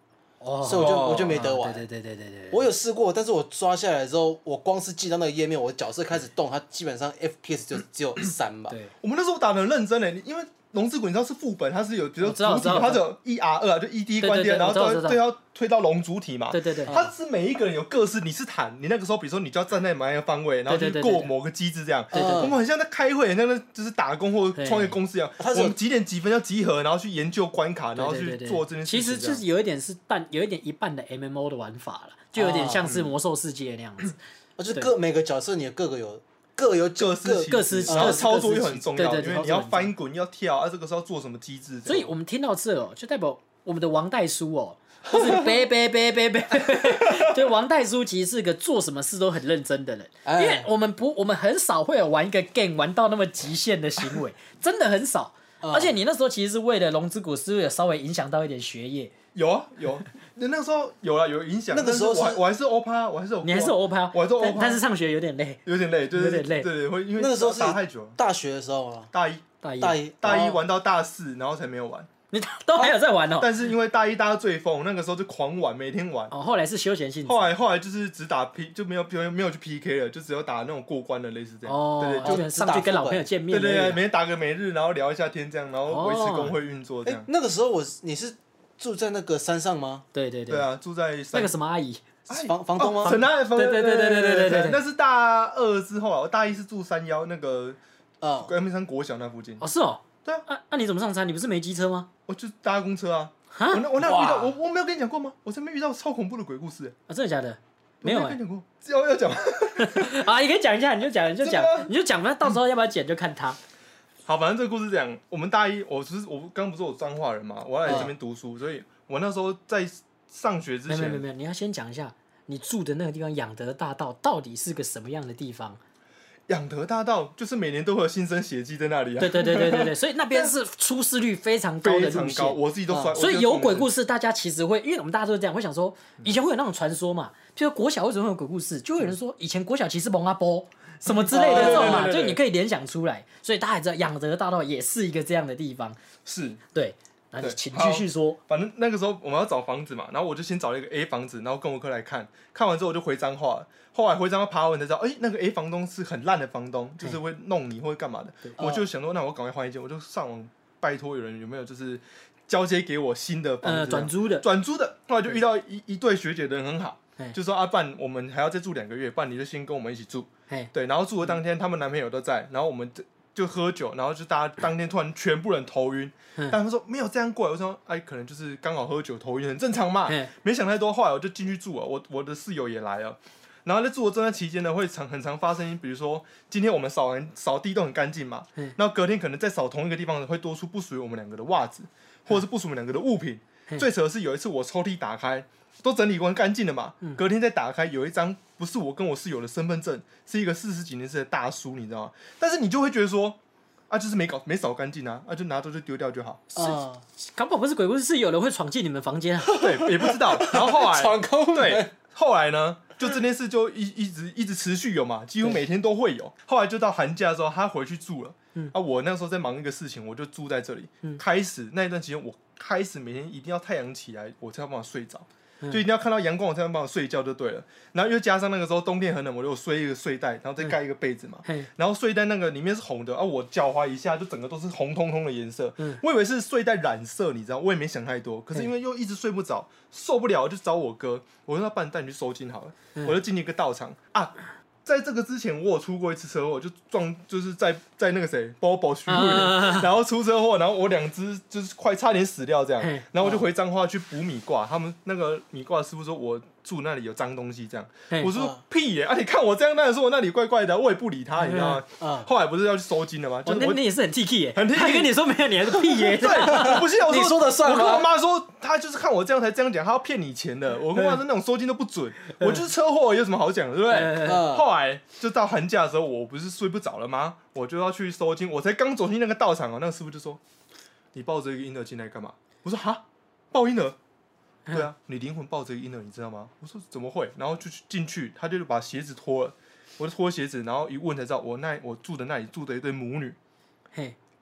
哦， 所以我就我就没得玩。 对对对对对。 我有试过，但是我抓下来之后，我光是进到那个页面，我角色开始动，它基本上 F P S 就只有三吧。 对， 我们那时候打得很认真诶，因为龙之谷你知道是副本，它是有比如说主体，它只有一 R 二啊，就一 D 关键，然后最最后推到龙主体嘛。 对对对。 它是每一个人有各式，你是坦，你那个时候比如说你就要站在某一个方位，然后去过某个机制这样。 对对对。 我们很像在开会，很像在就是打工或创业公司一样。我们几点几分要集合，然后去研究关卡，然后去做这件事情。 其实就是有一点是半，有一点一半的 M M O 的玩法了，就有点像是魔兽世界那样子。 啊，就是各每个角色你的各个有。各有各司各司其职， 然后操作又很重要， 对对， 因为你要翻滚要跳啊，这个时候做什么机制？ 所以我们听到这哦，就代表我们的王代书哦，或是呗呗呗呗呗，就王代书其实是个做什么事都很认真的人，因为我们不，我们很少会有玩一个 game 玩到那么极限的行为，真的很少。而且你那时候其实是为了龙之谷，是不是有稍微影响到一点学业？ 有啊有，那那时候有啊有影响。 那个时候我还我还是欧趴，我还是有。 你还是欧趴， 我还是欧趴， 但是上学有点累， 有点累，对有点累， 对对，会因为那个时候是打太久了。 大学的时候啊， 大一大一大一大一玩到大四，然后才没有玩。 你都还有在玩哦？ 但是因为大一大家最疯，那个时候就狂玩，每天玩。 哦，后来是休闲性质。 后来后来就是只打 P， 就没有没有没有去 P K 了，就只有打那种过关的，类似这样。 哦， 对对， 就上去跟老朋友见面。 对对对，每天打个每日，然后聊一下天这样，然后维持工会运作这样。 那个时候我你是住在那个山上吗？ 对对对。 对啊，住在那个什么阿姨， 房房东吗？ 陈阿姨， 对对对对对对对， 那是大二之后啊，我大一是住三幺那个呃 M 三国小那附近。 哦，是哦。 对啊， 那、啊、那你怎么上山？你不是没机车吗？ 我就搭公车啊。我那我那遇到我我没有跟你讲过吗？我这边遇到超恐怖的鬼故事。 啊，真的假的？没有、欸。 跟你讲过，要要讲吗？ 啊，你可以讲一下，你就讲，你就讲，你就讲，那到时候要不要剪就看他。 好，反正这个故事讲，我们大一，我是我刚不是我彰化人嘛，我要来这边读书，所以我那时候在上学之前， 没有没有没有，你要先讲一下你住的那个地方养德大道到底是个什么样的地方。 养德大道就是每年都会有新生血迹在那里啊。 对对对对对对，所以那边是出事率非常高的路线， 我自己都摔。 所以有鬼故事，大家其实会，因为我们大家都是这样，会想说，以前会有那种传说嘛，就是国小为什么会有鬼故事，就会有人说以前国小其实蒙阿波什么之类的这种嘛，就你可以联想出来，所以大家也知道养德大道也是一个这样的地方。 是， 对。那你请继续说。 反正那个时候我们要找房子嘛，然后我就先找了一个 A 房子，然后跟我哥来看，看完之后我就回彰化了。后来回彰化爬文才知道，哎、欸，那个 A 房东是很烂的房东，就是会弄你或者干嘛的。我就想说，那我赶快换一间，我就上网拜托有人有没有就是交接给我新的房子， 呃，转租的， 转租的。后来就遇到一一对学姐的人很好，就说啊，不然我们还要再住两个月，不然你就先跟我们一起住。对，然后住的当天他们男朋友都在，然后我们就就喝酒，然后就大家当天突然全部人头晕，但他们说没有这样过来，我说哎，可能就是刚好喝酒头晕很正常嘛，没想太多。后来我就进去住了，我我的室友也来了。然后在住的这段期间呢，会常很常发生，比如说今天我们扫完扫地都很干净嘛，然后隔天可能在扫同一个地方会多出不属于我们两个的袜子，或者是不属于我们两个的物品。最扯的是有一次我抽屉打开，都整理完干净了嘛，隔天再打开有一张不是我跟我室友的身份证，是一个四十几年次的大叔，你知道吗？但是你就会觉得说，啊，就是没搞没扫干净啊，啊就拿走就丢掉就好。 啊，搞不好不是鬼故事，是有人会闯进你们房间啊。 对，也不知道。然后后来闯空门， 对，后来呢？就这件事就一一直一直持续有嘛，几乎每天都会有。后来就到寒假之后，他回去住了。嗯、啊，我那时候在忙一个事情，我就住在这里。嗯、开始那一段期间，我开始每天一定要太阳起来，我才有办法睡着。就一定要看到阳光，我才能帮我睡觉就对了。然后又加上那个时候冬天很冷，我就睡一个睡袋，然后再盖一个被子嘛。嗯、然后睡袋那个里面是红的，啊，我脚踝一下就整个都是红彤彤的颜色。嗯、我以为是睡袋染色，你知道，我也没想太多。可是因为又一直睡不着，受不了，我就找我哥，我说那不然带你去收金好了。嗯、我就进一个道场啊。在这个之前，我有出过一次车祸，就撞，就是在在那个谁，Bobo 徐慧，然后出车祸，然后我两只就是快差点死掉这样，然后我就回彰化去补米挂，他们那个米挂师傅说我住那里有脏东西这样，我说屁耶，啊你看我这样，当然说我那里怪怪的，我也不理他，你知道吗？后来不是要去收金了吗？ 那那也是很 T K 耶， 很 T K， 他跟你说没有，你还是屁耶， 对，我不信，我说你说的算吗？ 我跟我妈说，他就是看我这样才这样讲，他要骗你钱的。我跟我妈说那种收金都不准，我就是车祸，有什么好讲的，对不对？后来就到寒假的时候，我不是睡不着了吗？我就要去收金，我才刚走进那个道场哦，那个师傅就说：“你抱着一个婴儿进来干嘛？”我说：“哈，抱婴儿？对啊，你灵魂抱着一个婴儿，你知道吗？”我说：“怎么会？”然后就进去，他就把鞋子脱了，我就脱鞋子，然后一问才知道，我那我住的那里住的一对母女。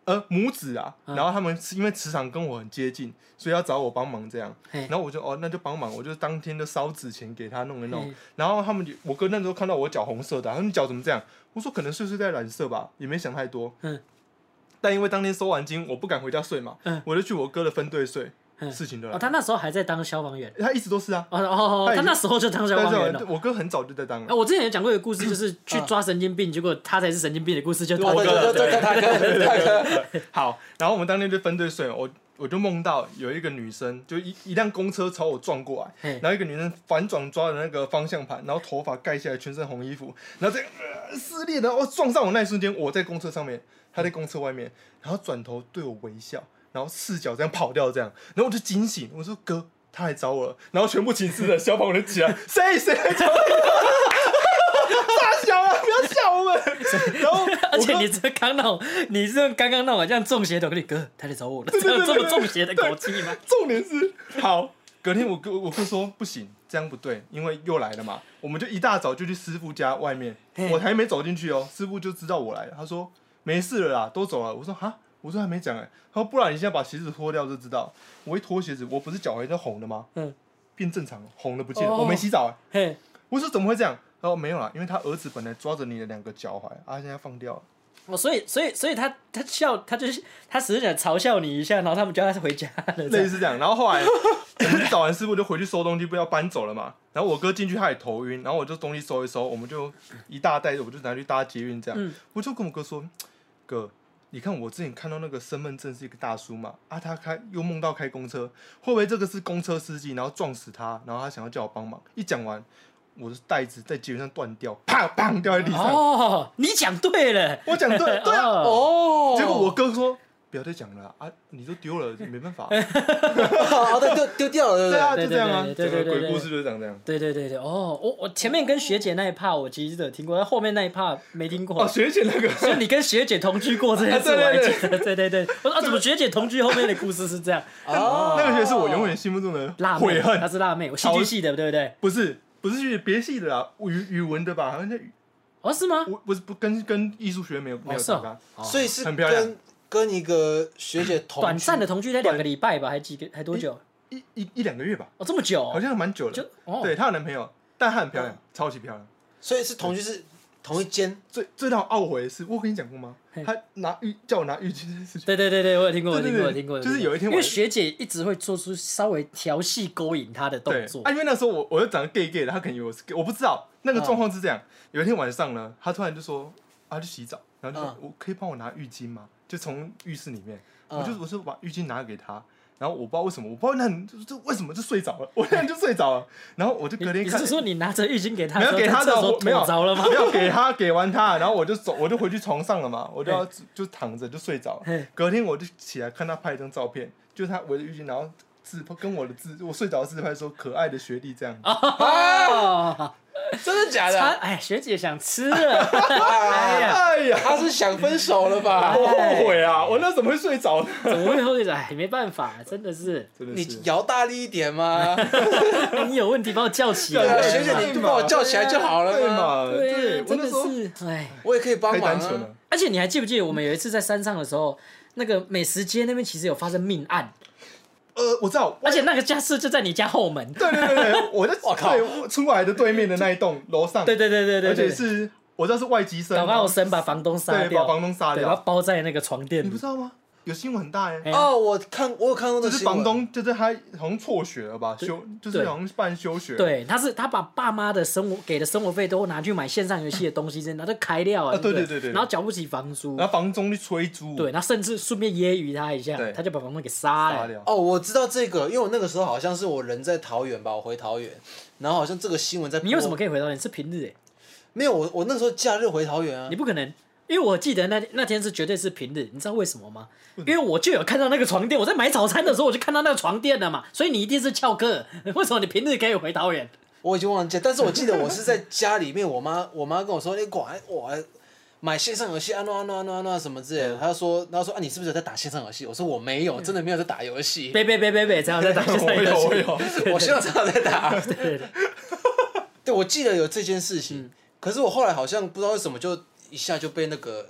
呃母子啊，然后他们因为磁场跟我很接近，所以要找我帮忙这样，然后我就哦那就帮忙，我就当天就烧纸钱给他弄一弄，然后他们就我哥那时候看到我脚红色的，他说你脚怎么这样？我说可能睡睡在染色吧，也没想太多。嗯，但因为当天收完金，我不敢回家睡嘛，嗯、我就去我哥的分队睡。嗯、事情就来了。 哦，他那时候还在当消防员。 他一直都是啊。 哦哦哦，他那时候就当消防员了。 我哥很早就在当了。 啊，我之前也讲过一个故事，就是去抓神经病，结果他才是神经病的故事，就他哥了。对对对对。好，然后我们当天就分队睡，我我就梦到有一个女生，就一一辆公车朝我撞过来，然后一个女生反转抓着那个方向盘，然后头发盖下来，全身红衣服，然后这样、呃、撕裂，然后撞上我那一瞬间，我在公车上面，她在公车外面，然后转头对我微笑。然后赤脚这样跑掉，这样，然后我就惊醒，我说哥，他来找我了，然后全部寝室的消防员起来，谁谁来找你？大小啊，不要笑我们。然后， 而且你这刚那种，你是刚刚那种这样中邪的，跟你哥，他来找我了，这样这么中邪的口气吗？ 重点是，好，隔天我哥我哥说不行，这样不对，因为又来了嘛，我们就一大早就去师傅家外面，我还没走进去哦，师傅就知道我来了，他说没事了啦，都走了。我说哈。我说还没讲哎，他说不然你现在把鞋子脱掉就知道。我一脱鞋子，我不是脚还在红的吗？嗯，变正常了，红的不见了，哦、我没洗澡哎。嘿，我说怎么会这样？他说没有啦，因为他儿子本来抓着你的两个脚踝，啊，现在放掉了。 哦，所以所以所以他他笑，他就是他只是想嘲笑你一下，然后他们叫他回家了。 类似这样，然后后来我们找完师傅就回去收东西，不要搬走了嘛。然后我哥进去他也头晕，然后我就东西收一收，我们就一大袋，我就拿去搭捷运这样。嗯、我就跟我哥说，哥。你看我之前看到那个身份证是一个大叔嘛，啊，他开又梦到开公车，会不会这个是公车司机，然后撞死他，然后他想要叫我帮忙？一讲完，我的袋子在捷运上断掉，啪砰掉在地上。 哦，你讲对了， 我讲对，对啊，哦。结果我哥说不要再讲了啊，你都丢了，没办法。 好的，丢丢掉了， 对啊，就这样啊， 对对对， 鬼故事就是长这样。 对对对对，哦，我我前面跟学姐那一趴我其实有听过，但后面那一趴没听过。 哦，学姐那个， 就你跟学姐同居过这件事，我还记得。对对对，我说啊，怎么学姐同居后面的故事是这样？ 哦，那个学姐是我永远心目中的悔恨。 她是辣妹，我戏剧系的，对不对？ 不是，不是戏别系的啦，语语文的吧？好像叫语。 哦，是吗？ 我不是不跟跟艺术学院没有没有搭嘎， 所以是很漂亮。 跟一个学姐同短暂的同居才两个礼拜吧，还几个还多久？ 一一一两个月吧。 哦，这么久？ 好像蛮久的。 哦、 对，她有男朋友，但她很漂亮，超级漂亮。 所以是同居是同一间。 最最让我懊悔的是，我跟你讲过吗？她拿浴叫我拿浴巾这件事情。 对对对对，我有听过，我有听过，我听过。 就是有一天， 因为学姐一直会做出稍微调戏勾引她的动作。 啊，因为那时候我我就长得 gay gay 的，她可能以为我是 gay， 我不知道那个状况是这样。有一天晚上呢，她突然就说：“啊，去洗澡。”然后就说：“我可以帮我拿浴巾吗？”就从浴室里面，嗯、我就我就把浴巾拿给他，然后我不知道为什么，我不知道那这为什么就睡着了，我那人就睡着了，然后我就隔天看， 你是说你拿着浴巾给他， 没有给他的，没有着了吗？ 没有给他，给完他，然后我就走，我就回去床上了嘛，我就要就躺着就睡着了，隔天我就起来看他拍一张照片，就是他围着浴巾，然后自跟我的自我睡着的自拍说可爱的学弟这样。 哦真的假的？ 哎，学姐想吃了。 哎呀，哎呀， 他是想分手了吧？ 我后悔啊！我那怎么会睡着呢？ 怎么会睡着？哎，没办法，真的是。 你摇大力一点嘛！ 你有问题，把我叫起来。 学姐，你就把我叫起来就好了嘛。 对，真的是，哎， 我也可以帮忙啊。 而且你还记不记得我们有一次在山上的时候，那个美食街那边其实有发生命案。 呃，我知道， 而且那个家是就在你家后门。 对对对对，我在我靠出来的对面的那一栋楼上。 对对对对对， 而且是我知道是外籍生， 搞到生把房东杀掉， 对，把房东杀掉， 然后包在那个床垫里。 你不知道吗？有新闻很大哎。 哦，我看我有看过那新闻。 就是房东，就是他好像辍学了吧，休就是好像办休学。 对，他是他把爸妈的生活给的生活费都拿去买线上游戏的东西，然后就开掉啊。 对对对对。 然后缴不起房租， 然后房东去催租。 对，然后甚至顺便揶揄他一下，他就把房东给杀了。 哦，我知道这个，因为我那个时候好像是我人在桃园吧，我回桃园，然后好像这个新闻在。 你为什么可以回桃园？是平日哎。 没有，我我那个时候假日回桃园啊。 你不可能。因为我记得那那天是绝对是平日，你知道为什么吗？因为我就有看到那个床垫，我在买早餐的时候我就看到那个床垫了嘛，所以你一定是翘课。为什么你平日可以回桃园？ 我已经忘记，但是我记得我是在家里面，我妈我妈跟我说，你管我买线上游戏啊，那那那那什么之类的。她说，然后说啊，你是不是有在打线上游戏？我说我没有，真的没有在打游戏。 别别别别别，真的在打线上游戏。 我有， 我现在真的在打。对对，我记得有这件事情，可是我后来好像不知道为什么就一下就被那个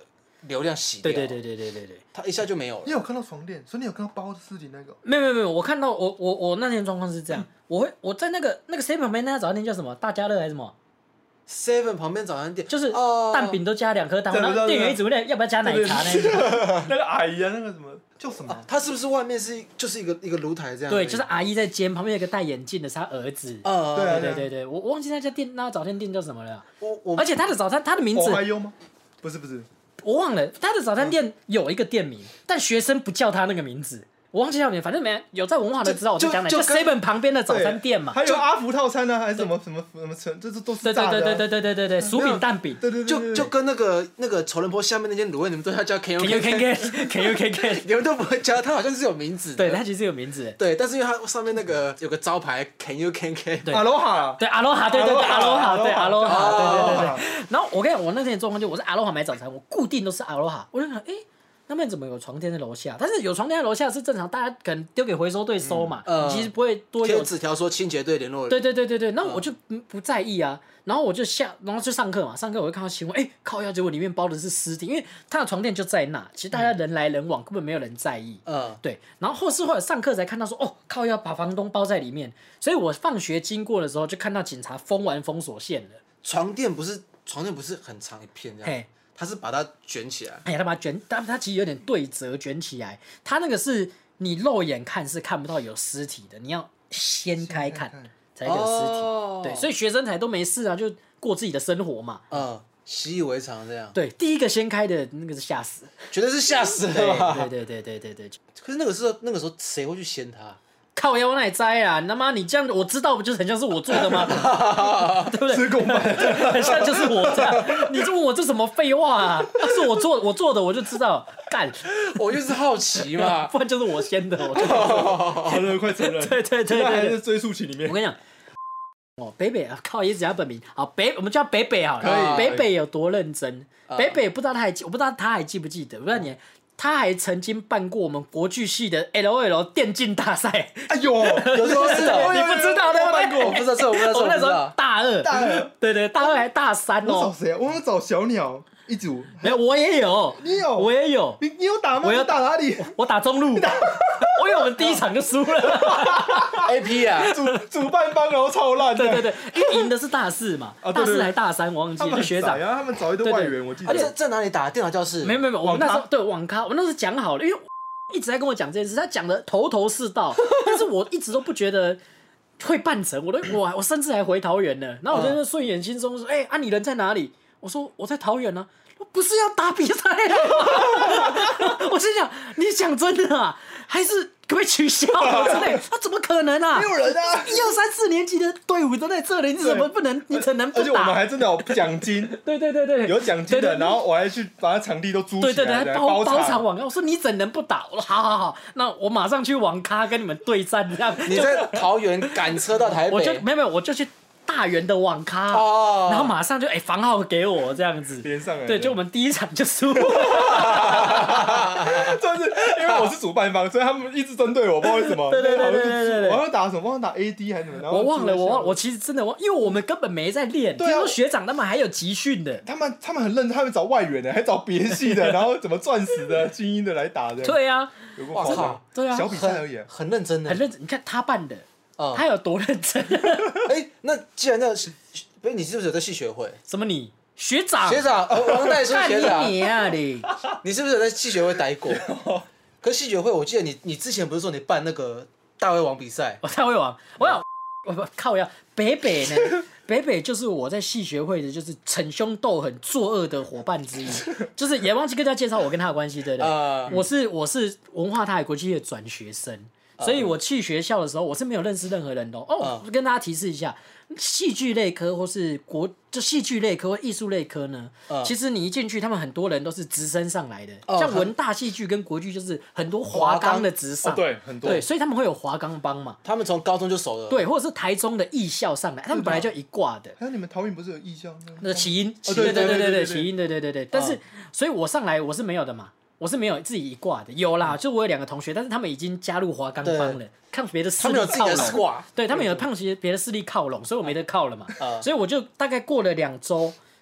流量洗掉。 对对对对对对对， 它一下就没有了。 你有看到床垫，所以你有看到包尸体那个？ 没有没有没有，我看到我我我那天状况是这样，我会我在那个那个 seven 旁边那家早餐店叫什么？大家乐还是什么？ seven 旁边早餐店就是哦蛋饼都加两颗蛋， 对对对然后店员一直问要不要加奶茶那个。 那个阿姨啊，那个什么叫什么？ 它是不是外面是就是一个一个炉台这样？ 对，就是阿姨在煎，旁边有个戴眼镜的是他儿子。 呃， 对啊对对对对，我我忘记那家店那早餐店叫什么了。 我我而且他的早餐他的名字我还有吗？不是不是， 我忘了，他的早餐店有一个店名，但学生不叫他那个名字。我忘记叫名，反正没有在文化的知道我在讲哪，就 seven 旁边的早餐店嘛。 还有阿福套餐呢，还是什么什么什么城，这这都是炸的。 对对对对对对对对，薯饼蛋饼。 对对对， 就就跟那个那个仇人坡下面那间卤味，你们都要叫 Can you Can you can can Can you can can？ 你们都不会加，它好像是有名字的。 对，它其实有名字。 对，但是因为它上面那个有个招牌 Can you can can？ 对， 阿罗哈。 对，阿罗哈，对对对，阿罗哈，对阿罗哈，对对对对。 然后我跟你讲，我那天的状况就我在阿罗哈买早餐，我固定都是阿罗哈，我就想，哎。那边怎么有床垫在楼下？但是有床垫在楼下是正常，大家可能丢给回收队收嘛， 嗯呃、 其实不会多有贴纸条说清洁队联络人。 对对对对对，那我就不不在意啊，然后我就下，然后就上课嘛，上课我就看到新闻，哎，靠腰，结果里面包的是尸体，因为他的床垫就在那，其实大家人来人往，根本没有人在意。嗯，对，然后后事后来上课才看到说，哦，靠腰把房东包在里面，所以我放学经过的时候就看到警察封完封锁线了。 床垫不是床垫不是很长一片这样。他是把它卷起来， 哎呀，他把它卷，它它其实有点对折卷起来。它那个是你肉眼看是看不到有尸体的，你要掀开看才有尸体。哦、对，所以学生才都没事啊，就过自己的生活嘛。 嗯，习以为常这样。 对，第一个掀开的那个是吓死， 绝对是吓死了吧？ 对对对对对对对。 可是那个时候，那个时候谁会去掀它？ 靠腰那摘啊！你他妈你这样，我知道不就是很像是我做的吗？对不对？ 吃公饭， 很像就是我这样。你就问我这什么废话啊？是我做我做的，我就知道干。 我就是好奇嘛， 不然就是我先的，我就承认，快承认。 对对对对， 还是追溯期里面。 我跟你讲，哦，北北啊，靠，也只讲本名。好，北我们叫北北好了。 可以。 北北有多认真？北北不知道他还记，我不知道他还记不记得？我不知道你。他还曾经办过我们国剧系的 L O L 电竞大赛。 哎呦， 有这回事哦！ 你不知道对不对？ 我不知道这，我不知道这。 我那时候大二， 大二， 对对，大二还大三哦。 我找谁啊？我要找小鸟一组。 没有，我也有。 你有？ 我也有。 你你有打吗？ 我有打哪里？ 我打中路。我以为我们第一场就输了。 A P 啊， 主主办方然后超烂。 对对对，因为赢的是大四嘛，大四还大三，我忘记。就学长， 然后他们找一堆外援，我记得。 而且在哪里打？电脑教室？ 没有没有，我们那时候对网咖，我们那时候讲好了，因为一直在跟我讲这件事，他讲的头头是道，但是我一直都不觉得会办成，我都我我甚至还回桃园了，然后我就顺眼轻松说，哎啊你人在哪里？我说我在桃园呢。不是要打比赛啊！我心想，你讲真的啊，还是可不可以取消啊之类？那怎么可能啊？ 没有人啊！ 一二三四年级的队伍都在这里，你怎么不能？你怎能不打？ 而且我们还真的有奖金。 对对对对， 有奖金的，然后我还去把场地都租起来， 对对对，还包包场网咖。我说你怎能不打？我说好好好，那我马上去网咖跟你们对战，这样。 你在桃园赶车到台北？ 我就没有没有，我就去。大园的网咖，哦、然后马上就哎、欸、房号给我这样子， 连上来， 对，就我们第一场就输了， 就是因为我是主办方，所以他们一直针对我，不知道为什么。 对对对对对对， 我要打什么？我要打 A D 还是什么？然后我忘了，我忘，我其实真的忘，因为我们根本没在练。听说学长他们还有集训的， 他们他们很认真，他们找外援的，还找别系的，然后怎么钻石的、精英的来打的。 对啊， 有个夸张， 对啊， 小比赛而已， 很认真的， 很认真。你看他办的。哦、他有多认真？ 哎、欸，那既然那，不是你是不是有在系学会？ 什么你学长？ 学长，王代书学长。 你啊你！ 你是不是有在系学会待过？可是系学会，我记得你，你之前不是说你办那个大胃王比赛？ 我大胃王，我想，我不靠呀，北北呢？北北就是我在系学会的，就是逞凶斗狠、作恶的伙伴之一。就是也忘记跟大家介绍我跟他的关系，对不对？呃、我是我是文化大学国际的转学生。所以我去学校的时候，我是没有认识任何人的哦。哦，嗯、跟大家提示一下，戏剧类科或是国就戏剧类科或艺术类科呢，嗯、其实你一进去，他们很多人都是直升上来的。嗯、像文大戏剧跟国剧就是很多华冈的直上， 哦、对，很多。 对，所以他们会有华冈帮嘛。 他们从高中就熟了。 对，或者是台中的艺校上来，他们本来就一挂的。 还有你们桃园不是有艺校？ 那个起因， 哦、 对对对对对对，起因，对对对对。但是，所以我上来我是没有的嘛。我是没有自己一挂的，有啦，就我有两个同学，但是他们已经加入华冈帮了，看别的势力靠拢。对，他们有看别的势力靠拢，所以我没得靠了嘛。所以我就大概过了两周，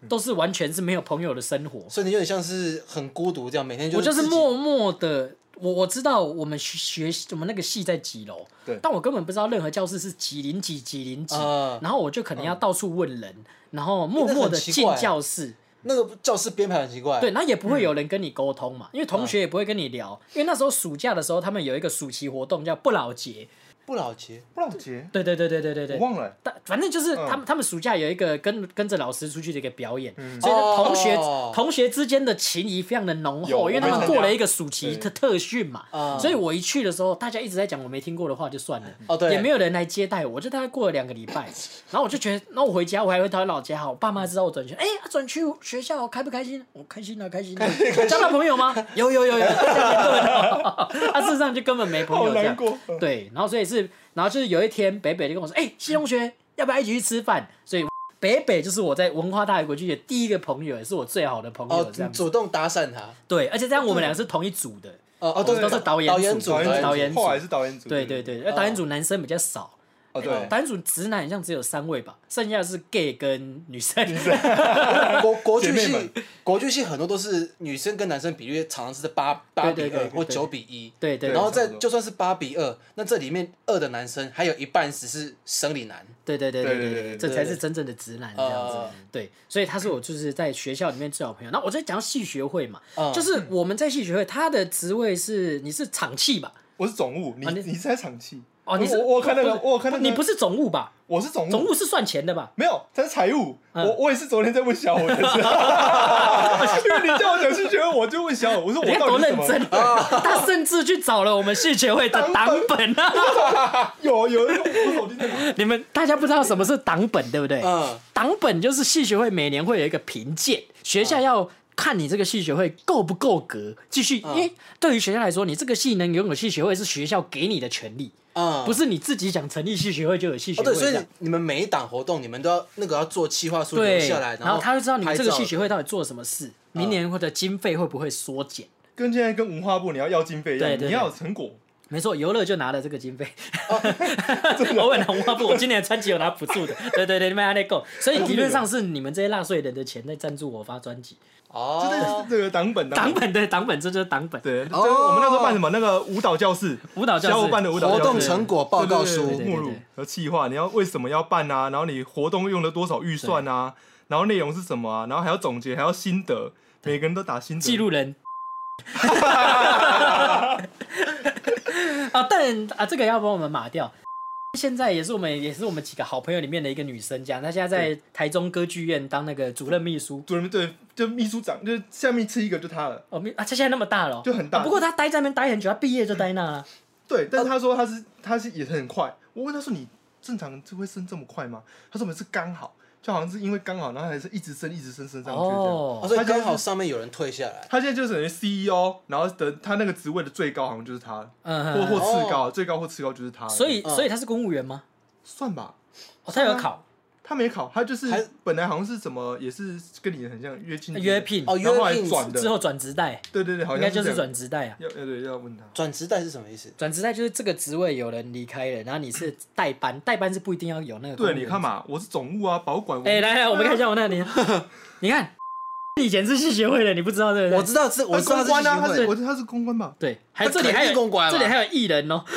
都是完全是没有朋友的生活， 所以你有点像是很孤独这样，每天就我就是自己默默的。我我知道我们学我们那个系在几楼，但我根本不知道任何教室是几零几几零几，呃、然后我就可能要到处问人，嗯、然后默默的进教室。 那个教室编排很奇怪， 对，然后也不会有人跟你沟通嘛，嗯、因为同学也不会跟你聊，因为那时候暑假的时候，他们有一个暑期活动叫不老节。 不老节， 不老节， 对对对对对对对， 我忘了。 但反正就是他们、嗯、他们暑假有一个跟跟着老师出去的一个表演，嗯、所以同学、哦、同学之间的情谊非常的浓厚，因为他们过了一个暑期的特训嘛，所以我一去的时候，大家一直在讲我没听过的话就算了，哦、对也没有人来接待我，就大概过了两个礼拜，然后我就觉得，然后我回家我还会回老家，好，我爸妈知道我转学，哎、欸，转去学校开不开心？我开心啊，开心啊，交到朋友吗？有有有有，啊，事实上就根本没朋友这样，对，然后所以是。然后就是有一天，北北就跟我说：“哎、欸，西同学，要不要一起去吃饭？”所以北北就是我在文化大学国际的第一个朋友，也是我最好的朋友。 哦，主动搭讪他。 对，而且这样我们两个是同一组的。 哦哦，对， 都是导演组，导演组， 后来是导演组。 对对对，而导演组男生比较少。 哦，对， 导演组直男好像只有三位吧，剩下的是 gay 跟女生。 国国剧系，国剧系很多都是女生跟男生比例常常是八八比二或九比一。 对对。 然后在就算是八比二，那这里面二的男生还有一半只是生理男。 对对对对对对，这才是真正的直男这样子。对，所以他是我就是在学校里面最好朋友。那我在讲到系学会嘛，就是我们在系学会，他的职位是你是场器吧？ 我是总务，你你是在场器。 哦，你是我我看那个，我看那个， 你不是总务吧？ 我是总务， 总务是算钱的吧？ 没有，他是财务。嗯、我我也是昨天在问小伟的事，因为你叫我讲系学会，我就问小伟，我说我到底是什么？ 多认真啊！他甚至去找了我们系学会的党本啊。 有有，我手机在哪？ 你们大家不知道什么是党本，对不对？嗯。党本就是系学会每年会有一个评鉴，学校要。看你这个系学会够不够格，继续，因为对于学校来说，你这个系能拥有系学会是学校给你的权利，嗯，不是你自己想成立系学会就有系学会。 哦，对，所以你们每一档活动，你们都要那个要做企划书留下来， 然后他就知道你们这个系学会到底做了什么事，明年或者经费会不会缩减， 跟现在跟文化部你要要经费一样，你要有成果。 没错，游乐就拿了这个经费，偶尔文化部，我今年的专辑有拿补助的，对对对，你们还得够，所以理论上是你们这些纳税人的钱在赞助我发专辑。 哦，这是这个党本， 党本对党本，这就是党本。 对，哦、我们那时候办什么？那个舞蹈教室， 舞蹈教室， 小伙伴的舞蹈教室， 活动成果报告书目录和企划，你要为什么要办啊？然后你活动用了多少预算啊？然后内容是什么啊？然后还要总结，还要心得，每个人都打心得。 记录人。啊，但啊，这个要帮我们码掉。现在也是我们也是我们几个好朋友里面的一个女生，这样，她现在在台中歌剧院当那个主任秘书。 主任对，就秘书长，就下面吃一个就她了。 哦，啊，她现在那么大了、哦， 就很大、 啊。不过她待在那边待很久，她毕业就待那了。 对，但是她说她是她是也是很快。我问她说你正常就会升这么快吗？她说我们是刚好。就好像是因为刚好，然后还是一直升，一直升，升上去这样。 哦，所以刚好上面有人退下来。 他现在就是等于 C E O， 然后的他那个职位的最高好像就是他，嗯、或或次高、哦，最高或次高就是他。 所以，所以他是公务员吗？ 算吧。 哦，他有考。 他没考，他就是本来好像是什么，也是跟你很像约聘约聘哦， 约聘转的之后转职代， 对对对，好像应该就是转职代啊。 要要对要问他， 转职代是什么意思？ 转职代就是这个职位有人离开了，然后你是代班，代班是不一定要有那个。 对，你看嘛，我是总务啊，保管。 哎，来来，我们看一下我那里，你看，你以前是系学会的，你不知道对不对？ 我知道是，我知道公关啊，他是我他是公关吧？ 对，还这里还有公关， 这里还有艺人哦。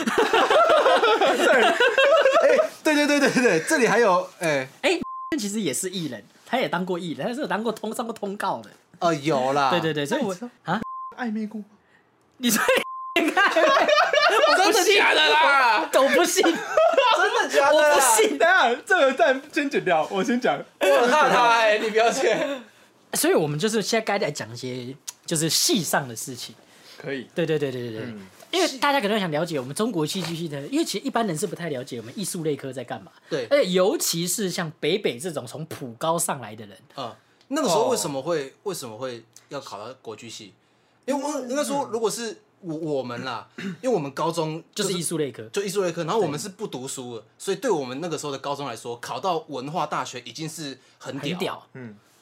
对对对对对，这里还有哎哎。其实也是艺人，他也当过艺人，他是有当过通上过通告的。 哦，有啦。 对对对，所以我啊暧昧过。 你说你看，我真的假的啦？ 我不信，真的假的？ 我不信。 等下这个再先剪掉，我先讲。 我怕他哎，你不要剪。 所以我们就是现在该来讲一些就是戏上的事情。 可以。 对对对对对对。嗯，因为大家可能想了解我们中国戏剧系的，因为其实一般人是不太了解我们艺术类科在干嘛。 对， 而且尤其是像北北这种从普高上来的人， 嗯，那个时候为什么会、哦、为什么会要考到国剧系？因为我应该说，如果是我我们啦，因为我们高中就是艺术类科， 就艺术类科，然后我们是不读书的，所以对我们那个时候的高中来说，考到文化大学已经是很屌， 很屌， 嗯。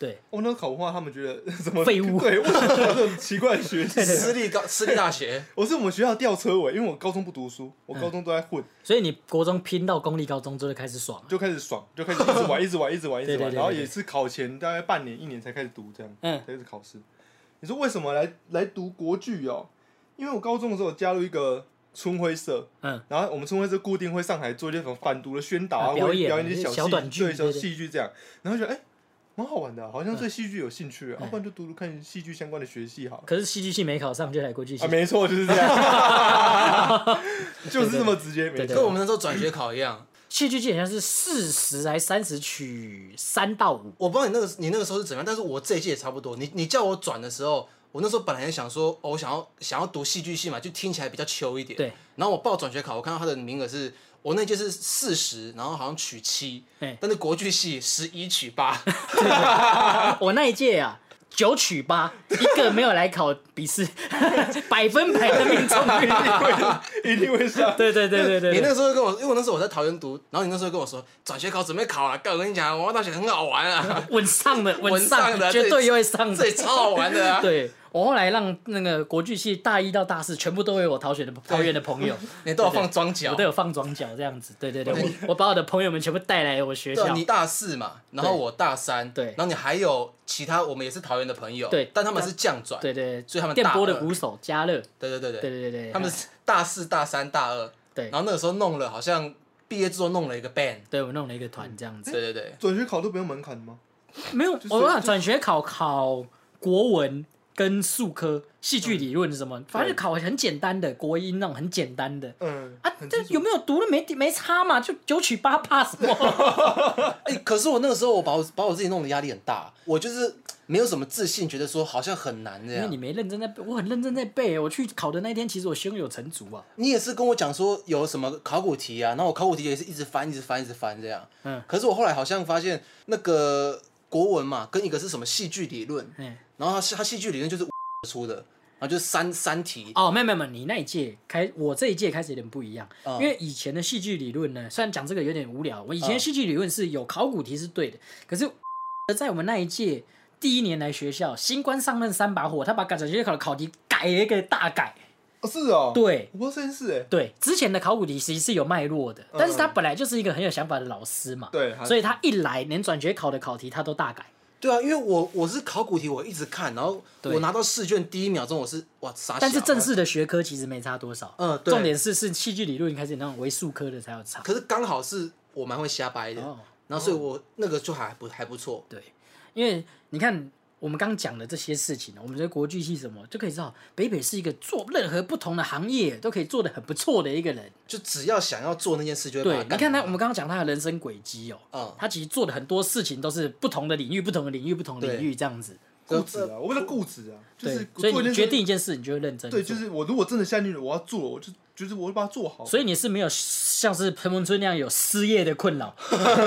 对， 我、哦、那个考文化，他们觉得什么废物， 对，为什么有这种奇怪的学习？ 私立高私立大学， 我是我们学校吊车尾，因为我高中不读书，我高中都在混，嗯、 所以你国中拼到公立高中之后就开始爽了， 就开始爽，就开始一直玩，一直玩，一直玩，一直玩， 对对对对， 然后也是考前大概半年、一年才开始读这样，嗯，才开始考试。你说为什么来来读国剧哦？因为我高中的时候有加入一个春晖社，嗯，然后我们春晖社固定会上台做一些什么反毒的宣导啊， 啊表演表演一些小短剧， 对，小戏剧这样，然后觉得哎。蛮好玩的、啊，好像对戏剧有兴趣、啊，要、嗯啊、不然就读读看戏剧相关的学系好了。 可是戏剧系没考上，就来国际系啊，没错，就是这样，就是这么直接，没错。 跟我们那时候转学考一样， 戏剧系好像是四十还三十取三到五。 我不知道你那个你那个时候是怎么样，但是我这一届也差不多。你你叫我转的时候，我那时候本来想说，哦，我想要想要读戏剧系嘛，就听起来比较秋一点。 对。 然后我报转学考，我看到他的名额是。我那届是四十，然后好像取七，但是国剧系十一取八。 我那一届啊，九取八，一个没有来考笔试，百分百的命中率， 一定会上。 对对对对对。 你那时候跟我，因为我那时候我在桃园读，然后你那时候跟我说转学考准备考了，我跟你讲，文化大学很好玩啊， 稳上的，稳上的，绝对会上的， 这超好玩的啊。 对。我后来让那个国剧系大一到大四全部都有我桃园的桃园的朋友， 你都有放庄脚， 我都有放庄脚这样子，对对对，我我把我的朋友们全部带来我学校。 你大四嘛，然后我大三， 对， 然后你还有其他我们也是桃园的朋友， 对， 但他们是降转， 对对， 所以他们电波的鼓手嘉乐， 对对对对对对对对， 他们是大四、大三、大二， 对， 然后那个时候弄了，好像毕业之后弄了一个 band， 对我弄了一个团这样子， 对对对， 转学考都不用门槛吗？ 没有，我想转学考考国文。跟数科、戏剧理论什么，嗯、反正就考很简单的国英那种很简单的。嗯啊，这有没有读了没没差嘛？就九取八怕什么？ 哎、欸，可是我那个时候我把我把我自己弄得压力很大，我就是没有什么自信，觉得说好像很难这样。 因为你没认真在背，我很认真在背。我去考的那一天，其实我胸有成竹啊。 你也是跟我讲说有什么考古题啊，然后我考古题也是一直翻、一直翻、一直翻这样。嗯。可是我后来好像发现那个国文嘛，跟一个是什么戏剧理论，嗯，然后它它戏剧理论就是。出的，然后就是三三题哦，没有没有，你那一届开，我这一届开始有点不一样，嗯、因为以前的戏剧理论呢，虽然讲这个有点无聊，我以前的戏剧理论是有考古题是对的，可是在我们那一届第一年来学校，新官上任三把火，他把转学考的考题改了一个大改。 哦，是哦， 对， 我不知道这件事哎。 对，之前的考古题其实是有脉络的，嗯、但是他本来就是一个很有想法的老师嘛， 对， 所以他一来连转学考的考题他都大改。 对啊，因为我我是考古题，我一直看，然后我拿到试卷第一秒钟，我是哇傻笑。 但是正式的学科其实没差多少， 嗯，对。 重点是是戏剧理论开始那种为数科的才有差。 可是刚好是我蛮会瞎掰的，哦、然后所以我那个就还不还不错。 对，因为你看我们刚讲的这些事情，我们这国剧系什么就可以知道，北北是一个做任何不同的行业都可以做得很不错的一个人。 就只要想要做那件事，就会把它干。 对，你看他，我们刚刚讲他的人生轨迹哦，嗯，他其实做的很多事情都是不同的领域、不同的领域、不同的领域这样子。 固执啊，我为了固执啊，就是所以你决定一件事，你就会认真。 对，就是我如果真的下定了我要做，我就就是我会把它做好。 所以你是没有像是彭文春那样有失业的困扰，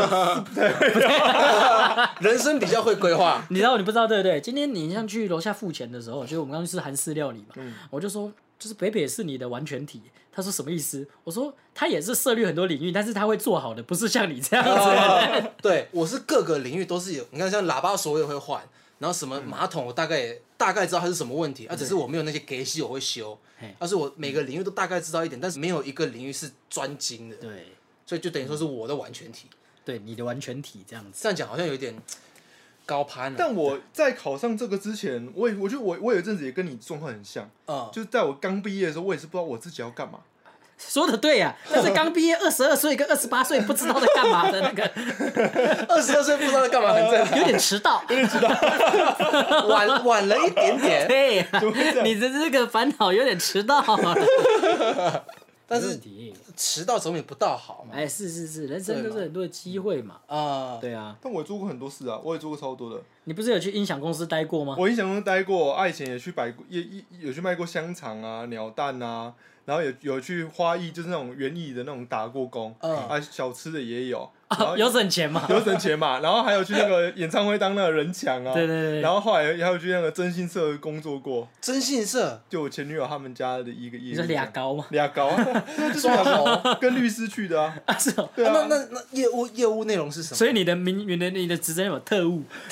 人生比较会规划。 你知道你不知道对不对？今天你像去楼下付钱的时候，就是我们刚刚去吃韩式料理嘛，嗯、我就说就是北北是你的完全体。他说什么意思？我说他也是涉猎很多领域，但是他会做好的，不是像你这样子。 哦、对，我是各个领域都是有。你看像喇叭锁我也会换。然后什么马桶我大概也大概知道它是什么问题，啊，只是我没有那些给息我会修，但是我每个领域都大概知道一点，但是没有一个领域是专精的， 对， 所以就等于说是我的完全体， 对，你的完全体这样子。 这样讲好像有点高攀了。 但我在考上这个之前，我也我觉得我我有一阵子也跟你状况很像，嗯，就是在我刚毕业的时候，我也是不知道我自己要干嘛。 说的对呀、啊，但是刚毕业二十二岁跟二十八岁不知道在干嘛的那个， 二十二岁不知道在干嘛很正常， 有点迟到， 有点迟到， 晚晚了一点点。 对、啊，你的这个烦恼有点迟到。 但是迟到总比不到好嘛。 哎，是是是，人生都是很多的机会嘛。啊，对啊。 但我也做过很多事啊，我也做过超多的。 你不是有去音响公司待过吗？ 我音响公司待过，啊，以前也去摆过，也也有去卖过香肠啊、鸟蛋啊。然后有有去花艺，就是那种园艺的那种打过工，嗯、啊，小吃的也有， 啊、有省钱嘛， 有省钱嘛。然后还有去那个演唱会当那个人墙啊， 对对对。 然后后来还有去那个征信社工作过， 征信社就我前女友他们家的一个业务。 你说俩高吗？ 俩高啊， 抓头跟律师去的啊。 啊是哦。 对啊。 那那那业务业务内容是什么？ 所以你的名你的你的职称有特务。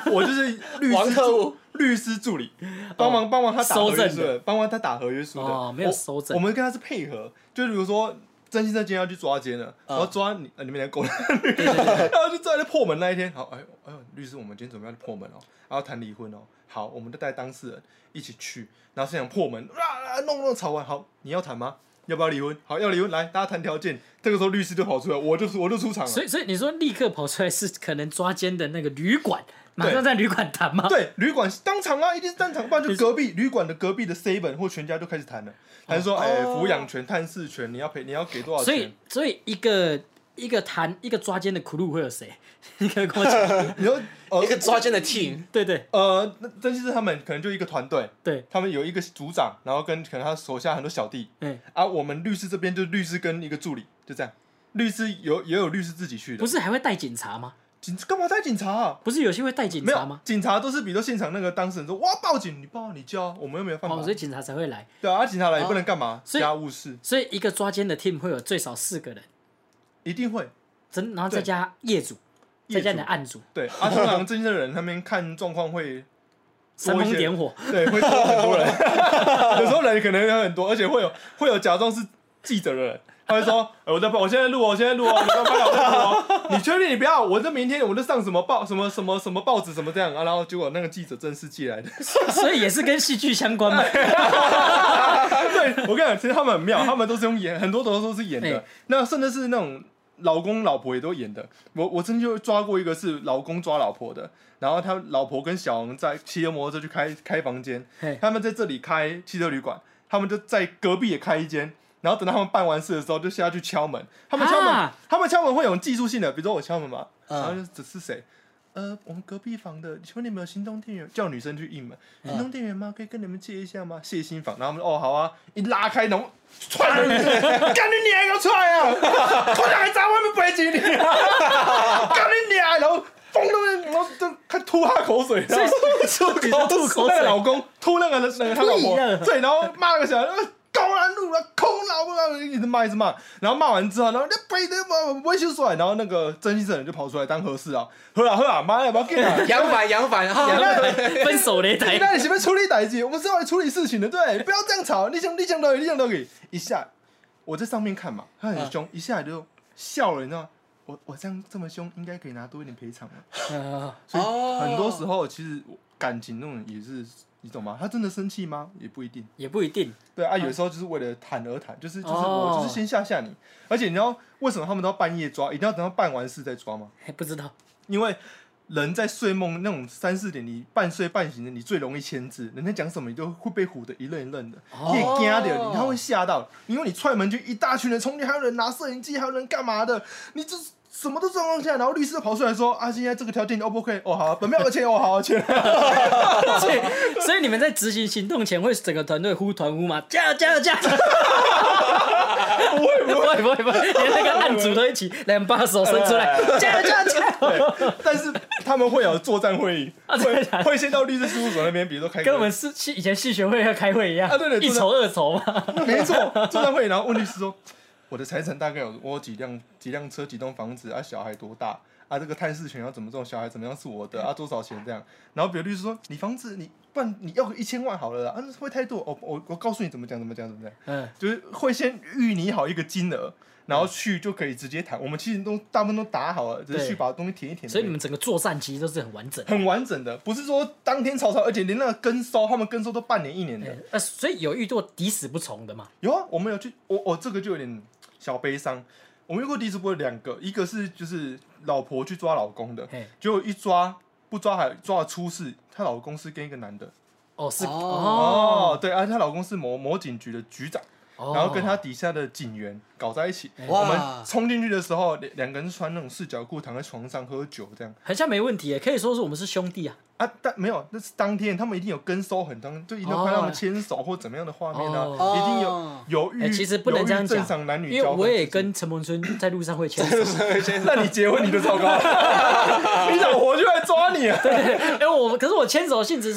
我就是律师助律师助理，帮忙帮忙他打合约书，帮忙他打合约书的。 哦，没有收证。 我们跟他是配合，就比如说征信社今天要去抓奸了，然后抓你，你们两个狗男女，然后就在那破门那一天，好，哎呦哎呦，律师，我们今天准备要去破门哦，然后谈离婚哦，好，我们就带当事人一起去，然后是想破门，啊，弄弄吵完，好，你要谈吗？要不要离婚？好，要离婚，来，大家谈条件。这个时候律师就跑出来，我就我就出场了。 所以，所以你说立刻跑出来是可能抓奸的那个旅馆，马上在旅馆谈吗？ 对，旅馆当场啊，一定是当场，不然就隔壁旅馆的隔壁的 seven 或全家就开始谈了，谈说，哎、哦，抚养权、探视权，你要赔，你要给多少钱？ 所以，所以一个一个谈一个抓奸的 crew 会有谁？你可以跟我讲。 你说、呃、 一个抓奸的 team， 对对， 呃，征信社他们可能就一个团队， 对， 他们有一个组长，然后跟可能他手下很多小弟， 嗯， 啊，我们律师这边就是律师跟一个助理，就这样。律师有也有律师自己去的， 不是还会带警察吗？ 警干嘛带警察啊？ 不是有些会带警察吗？ 警察都是比如说现场那个当事人说，哇，报警，你报你叫，我们又没有犯法， 哦，所以警察才会来。 对啊，警察来也不能干嘛， 哦、 家务事。 所以一个抓奸的 team 会有最少四个人， 一定会， 真然后再加业主。再加你的案主， 对，啊，通常这些人他们看状况会煽风点火， 对，会多很多人，有时候人可能有很多，而且会有会有假装是记者的人，他会说，欸、我在我现在录哦，我现在录哦，你不要拍我在录哦，你确定你不要？我这明天我就上什么报什么什么什么报纸什么这样啊，然后结果那个记者真是寄来的， 所以也是跟戏剧相关嘛。 对，我跟你讲，其实他们很妙，他们都是用演，很多都是演的，欸、那甚至是那种。老公老婆也都演的，我我曾经就抓过一个是老公抓老婆的，然后他老婆跟小王在骑着摩托车去开开房间，他们在这里开汽车旅馆，他们就在隔壁也开一间，然后等到他们办完事的时候就下去敲门，他们敲门，啊、他们敲门会有技术性的，比如说我敲门嘛，嗯、然后就这是谁？呃，我们隔壁房的，请问你们有行动电源？叫女生去应门，行动电源吗？可以跟你们借一下吗？谢心房，然后他们哦好啊，一拉开，然后踹了，干你娘个踹啊！快点在外面背景你啊！干你娘！然后风都然后就开吐他口水，然后吐口吐口水， 老公吐那个那个他老婆，对，然后骂那个小孩。高难路了，空老不老，一直骂一直骂，然后骂完之后，然后你背的嘛维修出来，然后那个征信社人就跑出来当和事啊，喝啊喝啊，妈的，不要紧啊， 扬反扬反， 分手擂台。 那你前面处理代志，我们是要来处理事情的，对，不要这样吵，你想你想都可以，你想都可以。一下我在上面看嘛，他很凶，一下来就笑了，你知道吗？我我这样这么凶，应该可以拿多一点赔偿嘛。所以很多时候其实感情那种也是。你懂吗？他真的生气吗？也不一定， 也不一定。 对啊，有时候就是为了谈而谈，就是就是我就是先吓吓你，而且你知道为什么他们都要半夜抓，一定要等到办完事再抓吗？ 不知道， 因为人在睡梦那种三四点，你半睡半醒的，你最容易牵制，人家讲什么你都会被唬得一愣一愣的，你也惊到你，他会吓到，因为你踹门就一大群人冲进，还有人拿摄影机，还有人干嘛的，你就是。什么都状况下，然后律师跑出来说：“啊，现在这个条件你 O 不 OK？ 哦，好、啊，本票的钱哦，好好签。 所以，所以你们在执行行动前会整个团队呼团呼吗？加油加油加油！ 不会不会不会不会，连那个案主都一起两把手伸出来，加油加油加油！ 但是他们会有作战会议，啊、会会先到律师事务所那边，比如说开， 跟我们是以前系学会要开会一样， 啊对对， 一筹二筹嘛。 没错，作战会议，然后问律师说。”我的财产大概有我有几辆几辆车几栋房子啊，小孩多大啊？这个探视权要怎么做？小孩怎么样是我的啊？多少钱这样？然后比如律师说，你房子你不然你要个一千万好了啦，啊会太多，我我我告诉你怎么讲怎么讲怎么讲，嗯，就是会先预拟好一个金额，然后去就可以直接谈。我们其实都大部分都打好了，只是去把东西填一填。 所以你们整个作战其实都是很完整， 很完整的，不是说当天吵吵，而且连那个跟收，他们跟收都半年一年的。 呃，所以有遇过抵死不从的吗？ 有啊，我们有去，我我这个就有点。小悲伤，我们遇过第一次不是两个，一个是就是老婆去抓老公的，结果一抓不抓还抓了出事，她老公是跟一个男的， 哦是哦, 哦对啊，她老公是某某警局的局长，哦、然后跟他底下的警员搞在一起，我们冲进去的时候，两个人穿那种四角裤躺在床上喝酒这样， 很像没问题耶，可以说是我们是兄弟啊。 啊，但没有，那是当天他们一定有跟收很当，就一定要看他们牵手或怎么样的画面啊，哦、一定有有遇、欸， 其实不能这样讲， 正常男女因为我也跟陈柏春在路上会牵手， 那你结婚你就糟糕了，你老婆就来抓你啊！ 对，因为我可是我牵手的性质是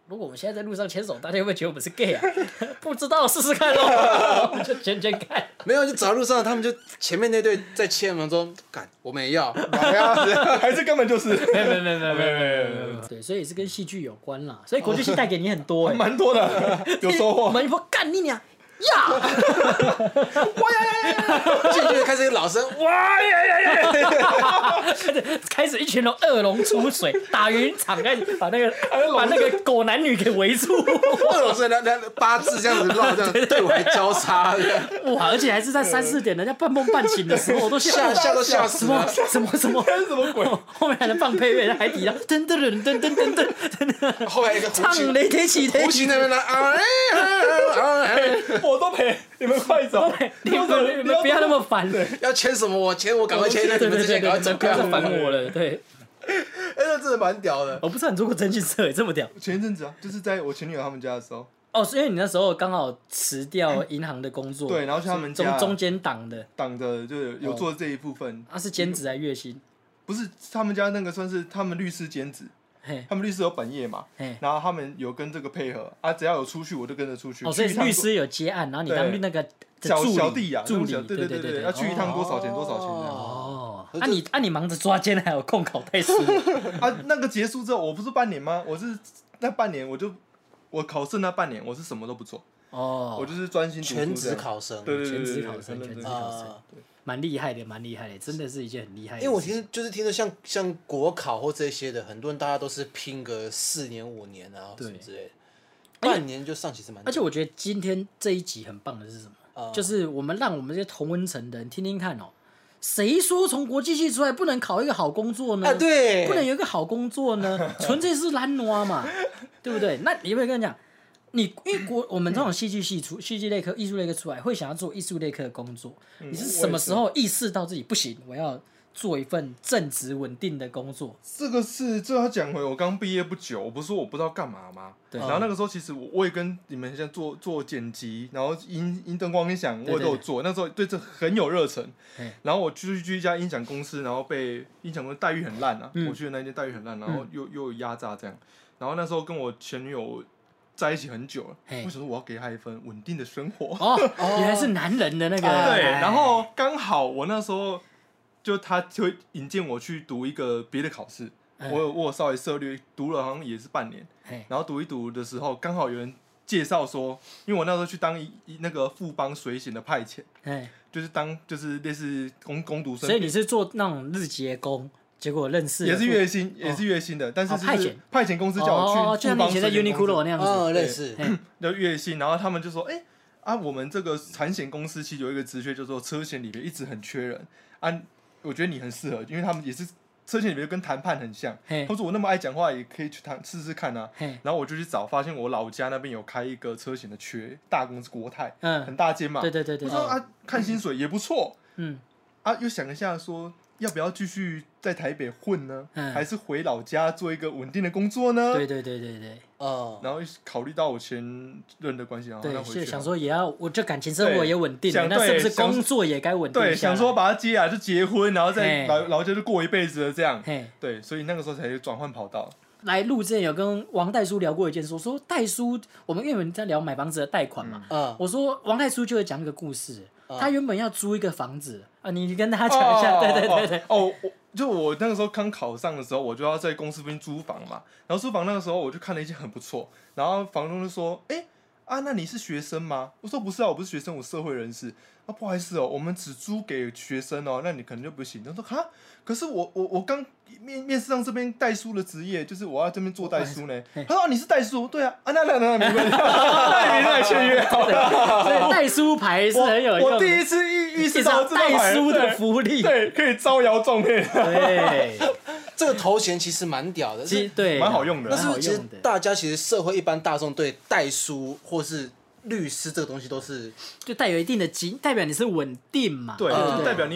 如果我们现在在路上牵手，大家会不会觉得我们是 gay 啊？不知道，试试看咯，我们就牵牵看。 没有，就走在路上，他们就前面那对在牵，我们说干，我们也要，来啊， 还是根本就是没有没有没有没有没有没有。对，所以也是跟戏剧有关啦。所以国剧系带给你很多哎， 蛮多的，有收获。 门一波干你娘！呀！哇呀呀呀！进去开始老生，哇呀呀呀！ 开始一群龙恶龙出水，打圆场，开始把那个把那个狗男女给围住。 恶龙是那那八字这样子绕，这样队伍还交叉。 哇！而且还是在三四点，人家半梦半醒的时候，我都吓吓都吓死了。 什么什么什么鬼？ 后面还能放配乐，在海底上噔噔噔噔噔噔噔。 后来一个唱雷天起， 胡琴那边来，哎哎我都陪你们快走， 你们你们不要那么烦。 要签什么我签，我赶快签，那你们之前赶快走， 不要再烦我了。对， 哎，那真的蛮屌的。 我不知道你做过征信社，这么屌。 前一阵子啊，就是在我前女友他们家的时候。 哦，所以你那时候刚好辞掉银行的工作， 对，然后去他们家中中间挡的， 挡的就有做这一部分。 啊，是兼职还是月薪？ 不是，他们家那个算是他们律师兼职。他们律师有本业嘛，然后他们有跟这个配合啊，只要有出去我就跟着出去。 哦，所以律师有接案，然后你当那个小小弟呀， 助理， 对对对对，要去一趟多少钱多少钱这样。 哦，啊你啊你忙着抓奸还有空考代书啊？那个结束之后，我不是半年吗？我是那半年我就我考试那半年我是什么都不做。 哦， 我就是专心读书。 全职考生， 对对对， 全职考生，全职考生。蛮厉害的，蛮厉害的，真的是一件很厉害的事。 因为我听就是听着像像国考或这些的，很多人大家都是拼个四年五年啊什么之类的，半年就上其实蛮。 而且我觉得今天这一集很棒的是什么？呃、就是我们让我们这些同温层的人听听看哦，谁说从国际系出来不能考一个好工作呢？ 啊，对， 不能有一个好工作呢？纯粹是懒惰嘛，对不对？那你有没有跟你讲？你因为国我们这种戏剧系出戏剧类科、艺术类科出来，会想要做艺术类科的工作。嗯、你是什么时候意识到自己不行，我要做一份正职稳定的工作？ 这个是这要讲回我刚毕业不久，我不是说我不知道干嘛吗？对。然后那个时候其实我我也跟你们像做做剪辑，然后音音灯光音响我也都有做，那时候对这很有热忱。然后我去去一家音响公司，然后被音响公司待遇很烂啊，嗯、我去的那间待遇很烂，然后又、嗯、又有压榨这样。然后那时候跟我前女友在一起很久了，为什么我要给他一份稳定的生活？ 哦，原来是男人的那个。 对，然后刚好我那时候就他就引荐我去读一个别的考试，我有我有稍微涉略读了，好像也是半年。然后读一读的时候，刚好有人介绍说，因为我那时候去当一那个富邦水险的派遣，就是当就是类似工工读生。 所以你是做那种日结工？结果认识也是月薪，也是月薪的，但是派遣派遣公司叫我去， 就像你以前在 Uniqlo 那样子， 哦，认识， 叫月薪，然后他们就说，哎啊，我们这个产险公司其实有一个职缺，叫做车险里面一直很缺人啊，我觉得你很适合，因为他们也是车险里面跟谈判很像，他说我那么爱讲话，也可以去谈试试看啊，然后我就去找，发现我老家那边有开一个车险的缺，大公司国泰，嗯，很大间嘛， 对对对对， 我说啊，看薪水也不错，嗯，啊，又想一下说。要不要继续在台北混呢？嗯、还是回老家做一个稳定的工作呢？ 对对对对对。 哦、嗯。然后考虑到我前任的关系，然后对， 回去想说也要，我这感情生活也稳定了，那是不是工作也该稳定？ 对，想说把他接来就结婚，然后在老老家就过一辈子了这样。对，所以那个时候才转换跑道。来录之前有跟王代书聊过一件事，我说代书，我们因为我们在聊买房子的贷款嘛，嗯、我说王代书就会讲一个故事。他原本要租一个房子啊，你跟他讲一下，哦、对对对对。 哦，就我那个时候刚考上的时候，我就要在公司这边租房嘛。然后租房那个时候，我就看了一间很不错，然后房东就说：“哎、欸、啊，那你是学生吗？”我说：“不是啊，我不是学生，我社会人士。”啊，不好意思哦，我们只租给学生哦，那你可能就不行。他说：“哈，可是我我我刚面面试上这边代书的职业，就是我要这边做代书呢。”他说、啊：“你是代书？对啊，啊那那那没关系，那你来签约好了。” 所以代书牌是很有用的。 我第一次意意识到这代书的福利， 对，可以招摇撞骗。 对， 这个头衔其实蛮屌的， 其实对， 蛮好用的。 但是其实大家其实社会一般大众对代书或是律师这个东西都是， 就带有一定的金，代表你是稳定嘛， 对，就代表你有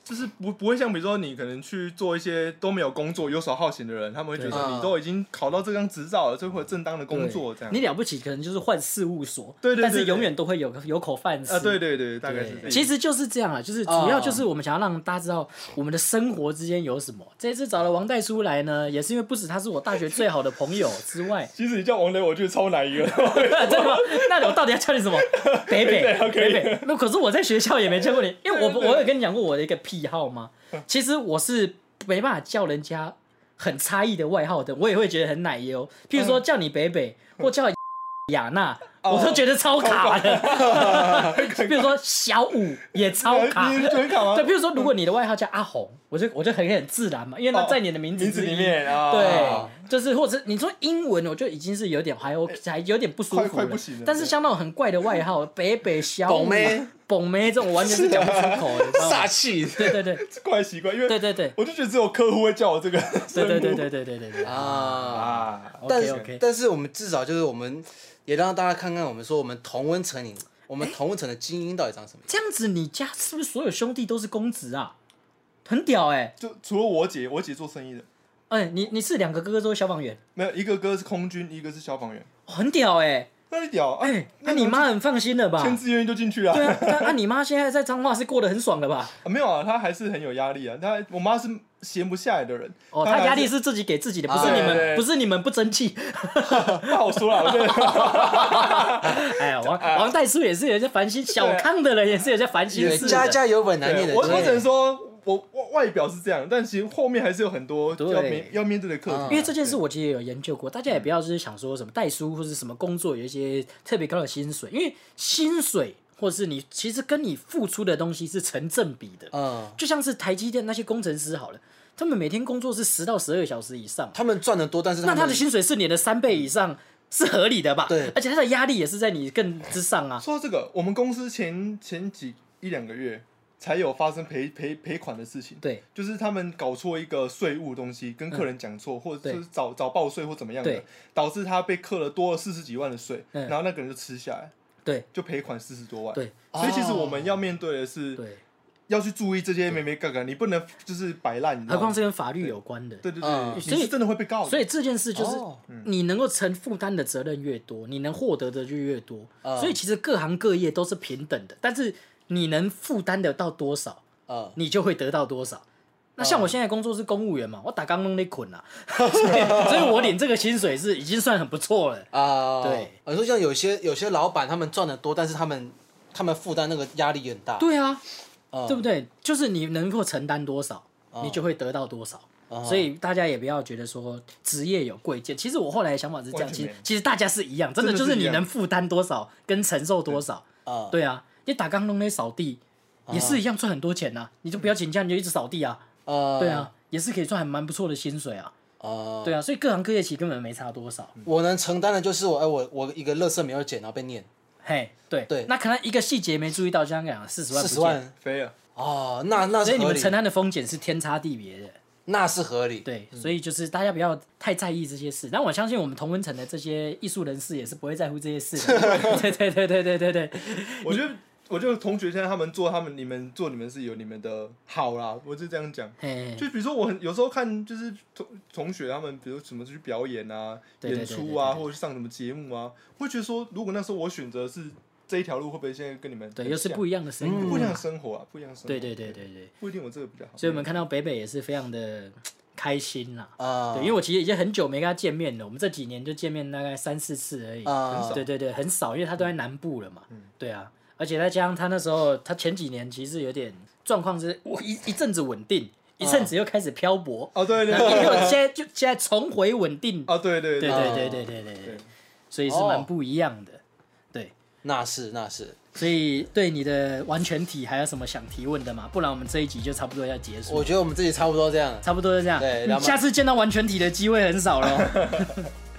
就是不不会像比如说你可能去做一些都没有工作游手好闲的人，他们会觉得你都已经考到这张执照了，就会有正当的工作这样。 你了不起可能就是换事务所， 对对对对， 但是永远都会有有口饭吃。 啊，对对对，大概是这样。 其实就是这样啊，就是主要就是我们想要让大家知道我们的生活之间有什么。这次找了王代书来呢，也是因为不止他是我大学最好的朋友之外， 其实你叫王雷，我觉得超难一个。 真的吗？那我到底要叫你什么？北北，北北。那可是我在学校也没叫过你，因为我我有跟你讲过我的一个癖好吗？其实我是没办法叫人家很差异的外号的，我也会觉得很奶油。譬如说叫你北北，或叫雅娜，我都觉得超卡的。譬如说小五也超卡。 你觉得卡吗？ 对，譬如说如果你的外号叫阿红，我就我就很很自然嘛，因为它在你的名字名字里面啊。 对，就是或者你说英文，我就已经是有点还 OK， 还有点不舒服了。但是像那种很怪的外号，北北小五。蹦妹这种完全是讲不出口的， 煞气。 对对对， 怪习惯，因为对对对， 我就觉得只有客户会叫我这个。 对对对对对对对对啊！但是但是我们至少就是我们也让大家看看，我们说我们同温层里，我们同温层的精英到底长什么样。 这样子，你家是不是所有兄弟都是公职啊？很屌哎！ 就除了我姐，我姐做生意的。 哎，你你是两个哥哥都是消防员？ 没有，一个哥是空军，一个是消防员。 很屌哎！ 那屌哎、欸！ 那你妈很放心了吧？ 签自愿就进去了。 对啊，那、啊、你妈现在在彰化是过得很爽的吧？ 啊、没有啊，她还是很有压力啊。她我妈是闲不下来的人。 哦，她压力是自己给自己的，不是你们，对对对不是你们不争气。 不好说啦，我觉得。 哎呀，王王代书也是有些烦心，小康的人也是有些烦心事。 家家有本难念的经。 我我只能说。我外表是这样，但其实后面还是有很多要面要面对的课题。 因为这件事我其实也有研究过，大家也不要就是想说什么代书或者什么工作有一些特别高的薪水，因为薪水或是你其实跟你付出的东西是成正比的。嗯，就像是台积电那些工程师好了，他们每天工作是十到十二小时以上， 他们赚得多，但是那他的薪水是你的三倍以上。是合理的吧？ 对， 而且他的压力也是在你更之上啊。 说到这个，我们公司前前几一两个月。才有发生赔赔赔款的事情， 对， 就是他们搞错一个税务东西，跟客人讲错，嗯、或者就是早早报税或怎么样的，导致他被课了多了四十几万的税，嗯、然后那个人就吃下来， 对， 就赔款四十多万， 对， 所以其实我们要面对的是，对，要去注意这些眉眉角角，你不能就是摆烂， 何况是跟法律有关的， 对对对，嗯、你是真的会被告的， 所以这件事就是你能够承负担的责任越多，你能获得的就越多，嗯、所以其实各行各业都是平等的，但是你能负担得到多少？Uh, 你就会得到多少。那像我现在工作是公务员嘛，我打钢弄得捆啊，所以所以我领这个薪水是已经算很不错了啊。Uh, 对， 我说像有些有些老板他们赚得多，但是他们他们负担那个压力很大。 对啊， uh, 对不对？就是你能够承担多少， uh, 你就会得到多少。Uh, 所以大家也不要觉得说职业有贵贱。其实我后来的想法是这样，其实其实大家是一样，真的就是你能负担多少跟承受多少。Uh, 对啊，你打钢弄那扫地。也是一样赚很多钱呐、啊，你就不要请假，你就一直扫地啊。Uh, 对啊，也是可以赚还蛮不错的薪水啊。Uh, 对啊，所以各行各业其实根本没差多少。 我能承担的就是我，哎，我我一个垃圾没有捡，然后被念。 嘿，对对，那可能一个细节没注意到，就像讲四十万， 四十万飞了。 哦，那那是合理。 所以你们承担的风险是天差地别的。 那是合理。 对，所以就是大家不要太在意这些事。但我相信我们同温层的这些艺术人士也是不会在乎这些事的。对对对对对对对， 我觉得。我觉得同学现在他们做他们你们做你们是有你们的好啦，我是这样讲。就比如说我很有时候看就是同同学他们，比如什么去表演啊、演出啊，或者去上什么节目啊，会觉得说，如果那时候我选择是这一条路，会不会现在跟你们对又是不一样的生活、 嗯，不一样的生活啊，不一样的生活。 对对对对对， 不一定我这个比较好。 所以我们看到北北也是非常的开心啦。啊、uh, ，对，因为我其实已经很久没跟他见面了，我们这几年就见面大概三四次而已。啊、uh, ，对对对，很少，因为他都在南部了嘛。嗯，对啊。而且再加上他那时候，他前几年其实有点状况是，我一一阵子稳定，一阵子又开始漂泊。 哦，对对对。 因为现在就现在重回稳定。 哦，对对对对对对对对对。所以是蛮不一样的，对。 那是那是。 所以对你的完全体还有什么想提问的吗？不然我们这一集就差不多要结束。 我觉得我们这集差不多这样。 差不多就这样。 对。 你下次见到完全体的机会很少咯。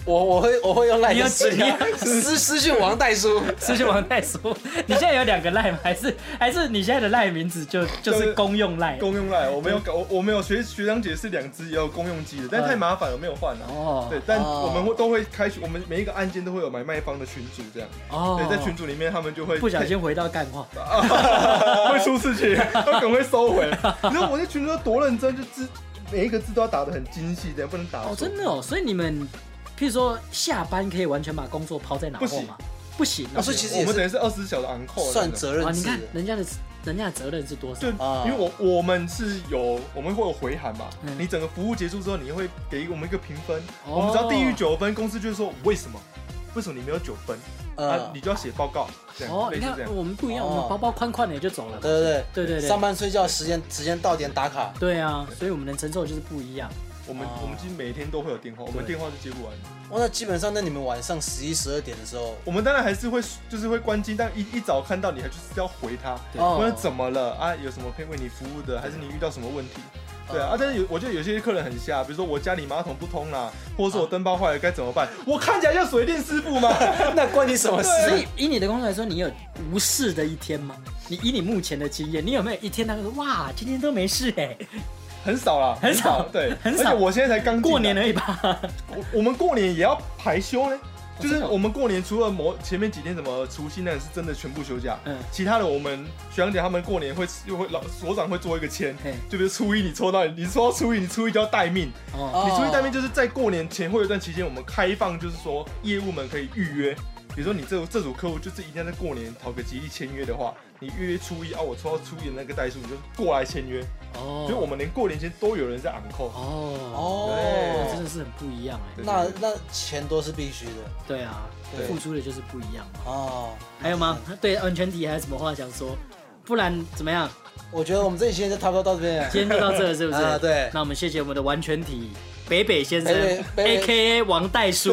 我我会我会用赖你要的私你要私私讯王代书， 私讯王代书，你现在有两个赖吗？还是还是你现在的赖名字就就是公用赖？ 公用赖，我没有搞，我我没有学学长姐是两只也有公用机的，但太麻烦了，没有换了。 哦， 对，但我们会都会开群，我们每一个案件都会有买卖方的群组这样。 哦， 对，在群组里面他们就会不小心回到干话， 会出事情，他可能会收回。你知道我在群组都多认真，就字每一个字都要打得很精细，这样不能打错。 哦，真的哦，所以你们譬如说下班可以完全把工作抛在脑后吗？不行， 所以其实也我们等于是二十四小时 on call 算责任制。 啊，你看人家的人家的责任是多少？ 对，因为我我们是有我们会有回函嘛， 嗯你整个服务结束之后，你会给我们一个评分， 哦我们只要低于九分，公司就会说为什么？为什么你没有九分？ 呃啊，你就要写报告。这样哦，你类似这样看我们不一样， 哦我们包包宽宽的就走了。 对对对对对对上班睡觉时间时间到点打卡。 对啊，所以我们能承受的就是不一样。 我们哦我们其实每天都会有电话，我们电话是接不完的。 哦，那基本上，那你们晚上十一、十二点的时候， 我们当然还是会就是会关机，但一一早看到你还就是要回他， 哦问他怎么了啊？有什么可以为你服务的，还是你遇到什么问题？对啊，啊但是有我觉得有些客人很瞎，比如说我家里马桶不通啦，或者说我灯泡坏了该怎么办？我看起来像水电师傅吗？ 那关你什么所事？ 以以你的工作来说，你有无事的一天吗？你以你目前的经验，你有没有一天他说哇，今天都没事哎？ 很少啦， 很少对， 很少而且我现在才刚过年而已吧？ 我我们过年也要排休呢。就是真的哦我们过年除了某前面几天什么除夕那是真的全部休假， 嗯其他的我们学长姐他们过年会又会老所长会做一个签嘿， 就比如初一你抽到你抽到初一，你初一就要待命， 哦， 你初一待命就是在过年前会有一段期间我们开放，就是说业务们可以预约。比如说你这这组客户就是一定要在过年讨个吉利签约的话，你预约初一啊，我抽到初一的那个代数，你就过来签约。 哦， 所以我们连过年前都有人在 on call。 哦哦真的是很不一样哎。 那那钱都是必须的对啊， 对付出的就是不一样嘛。 哦。 还有吗？对安全体还有什么话想说？不然怎么样？ 我觉得我们这一期就差不多到这边。 今天就到这了，是不是？ 啊对那我们谢谢我们的完全体北北先生北北 ，A K A 王代书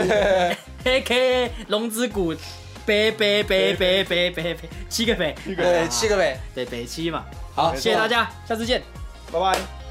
，A K A 龙之谷，北北北北北北北七个北， 对，七个北。 对北七嘛。 好， 谢谢大家，下次见。 拜拜。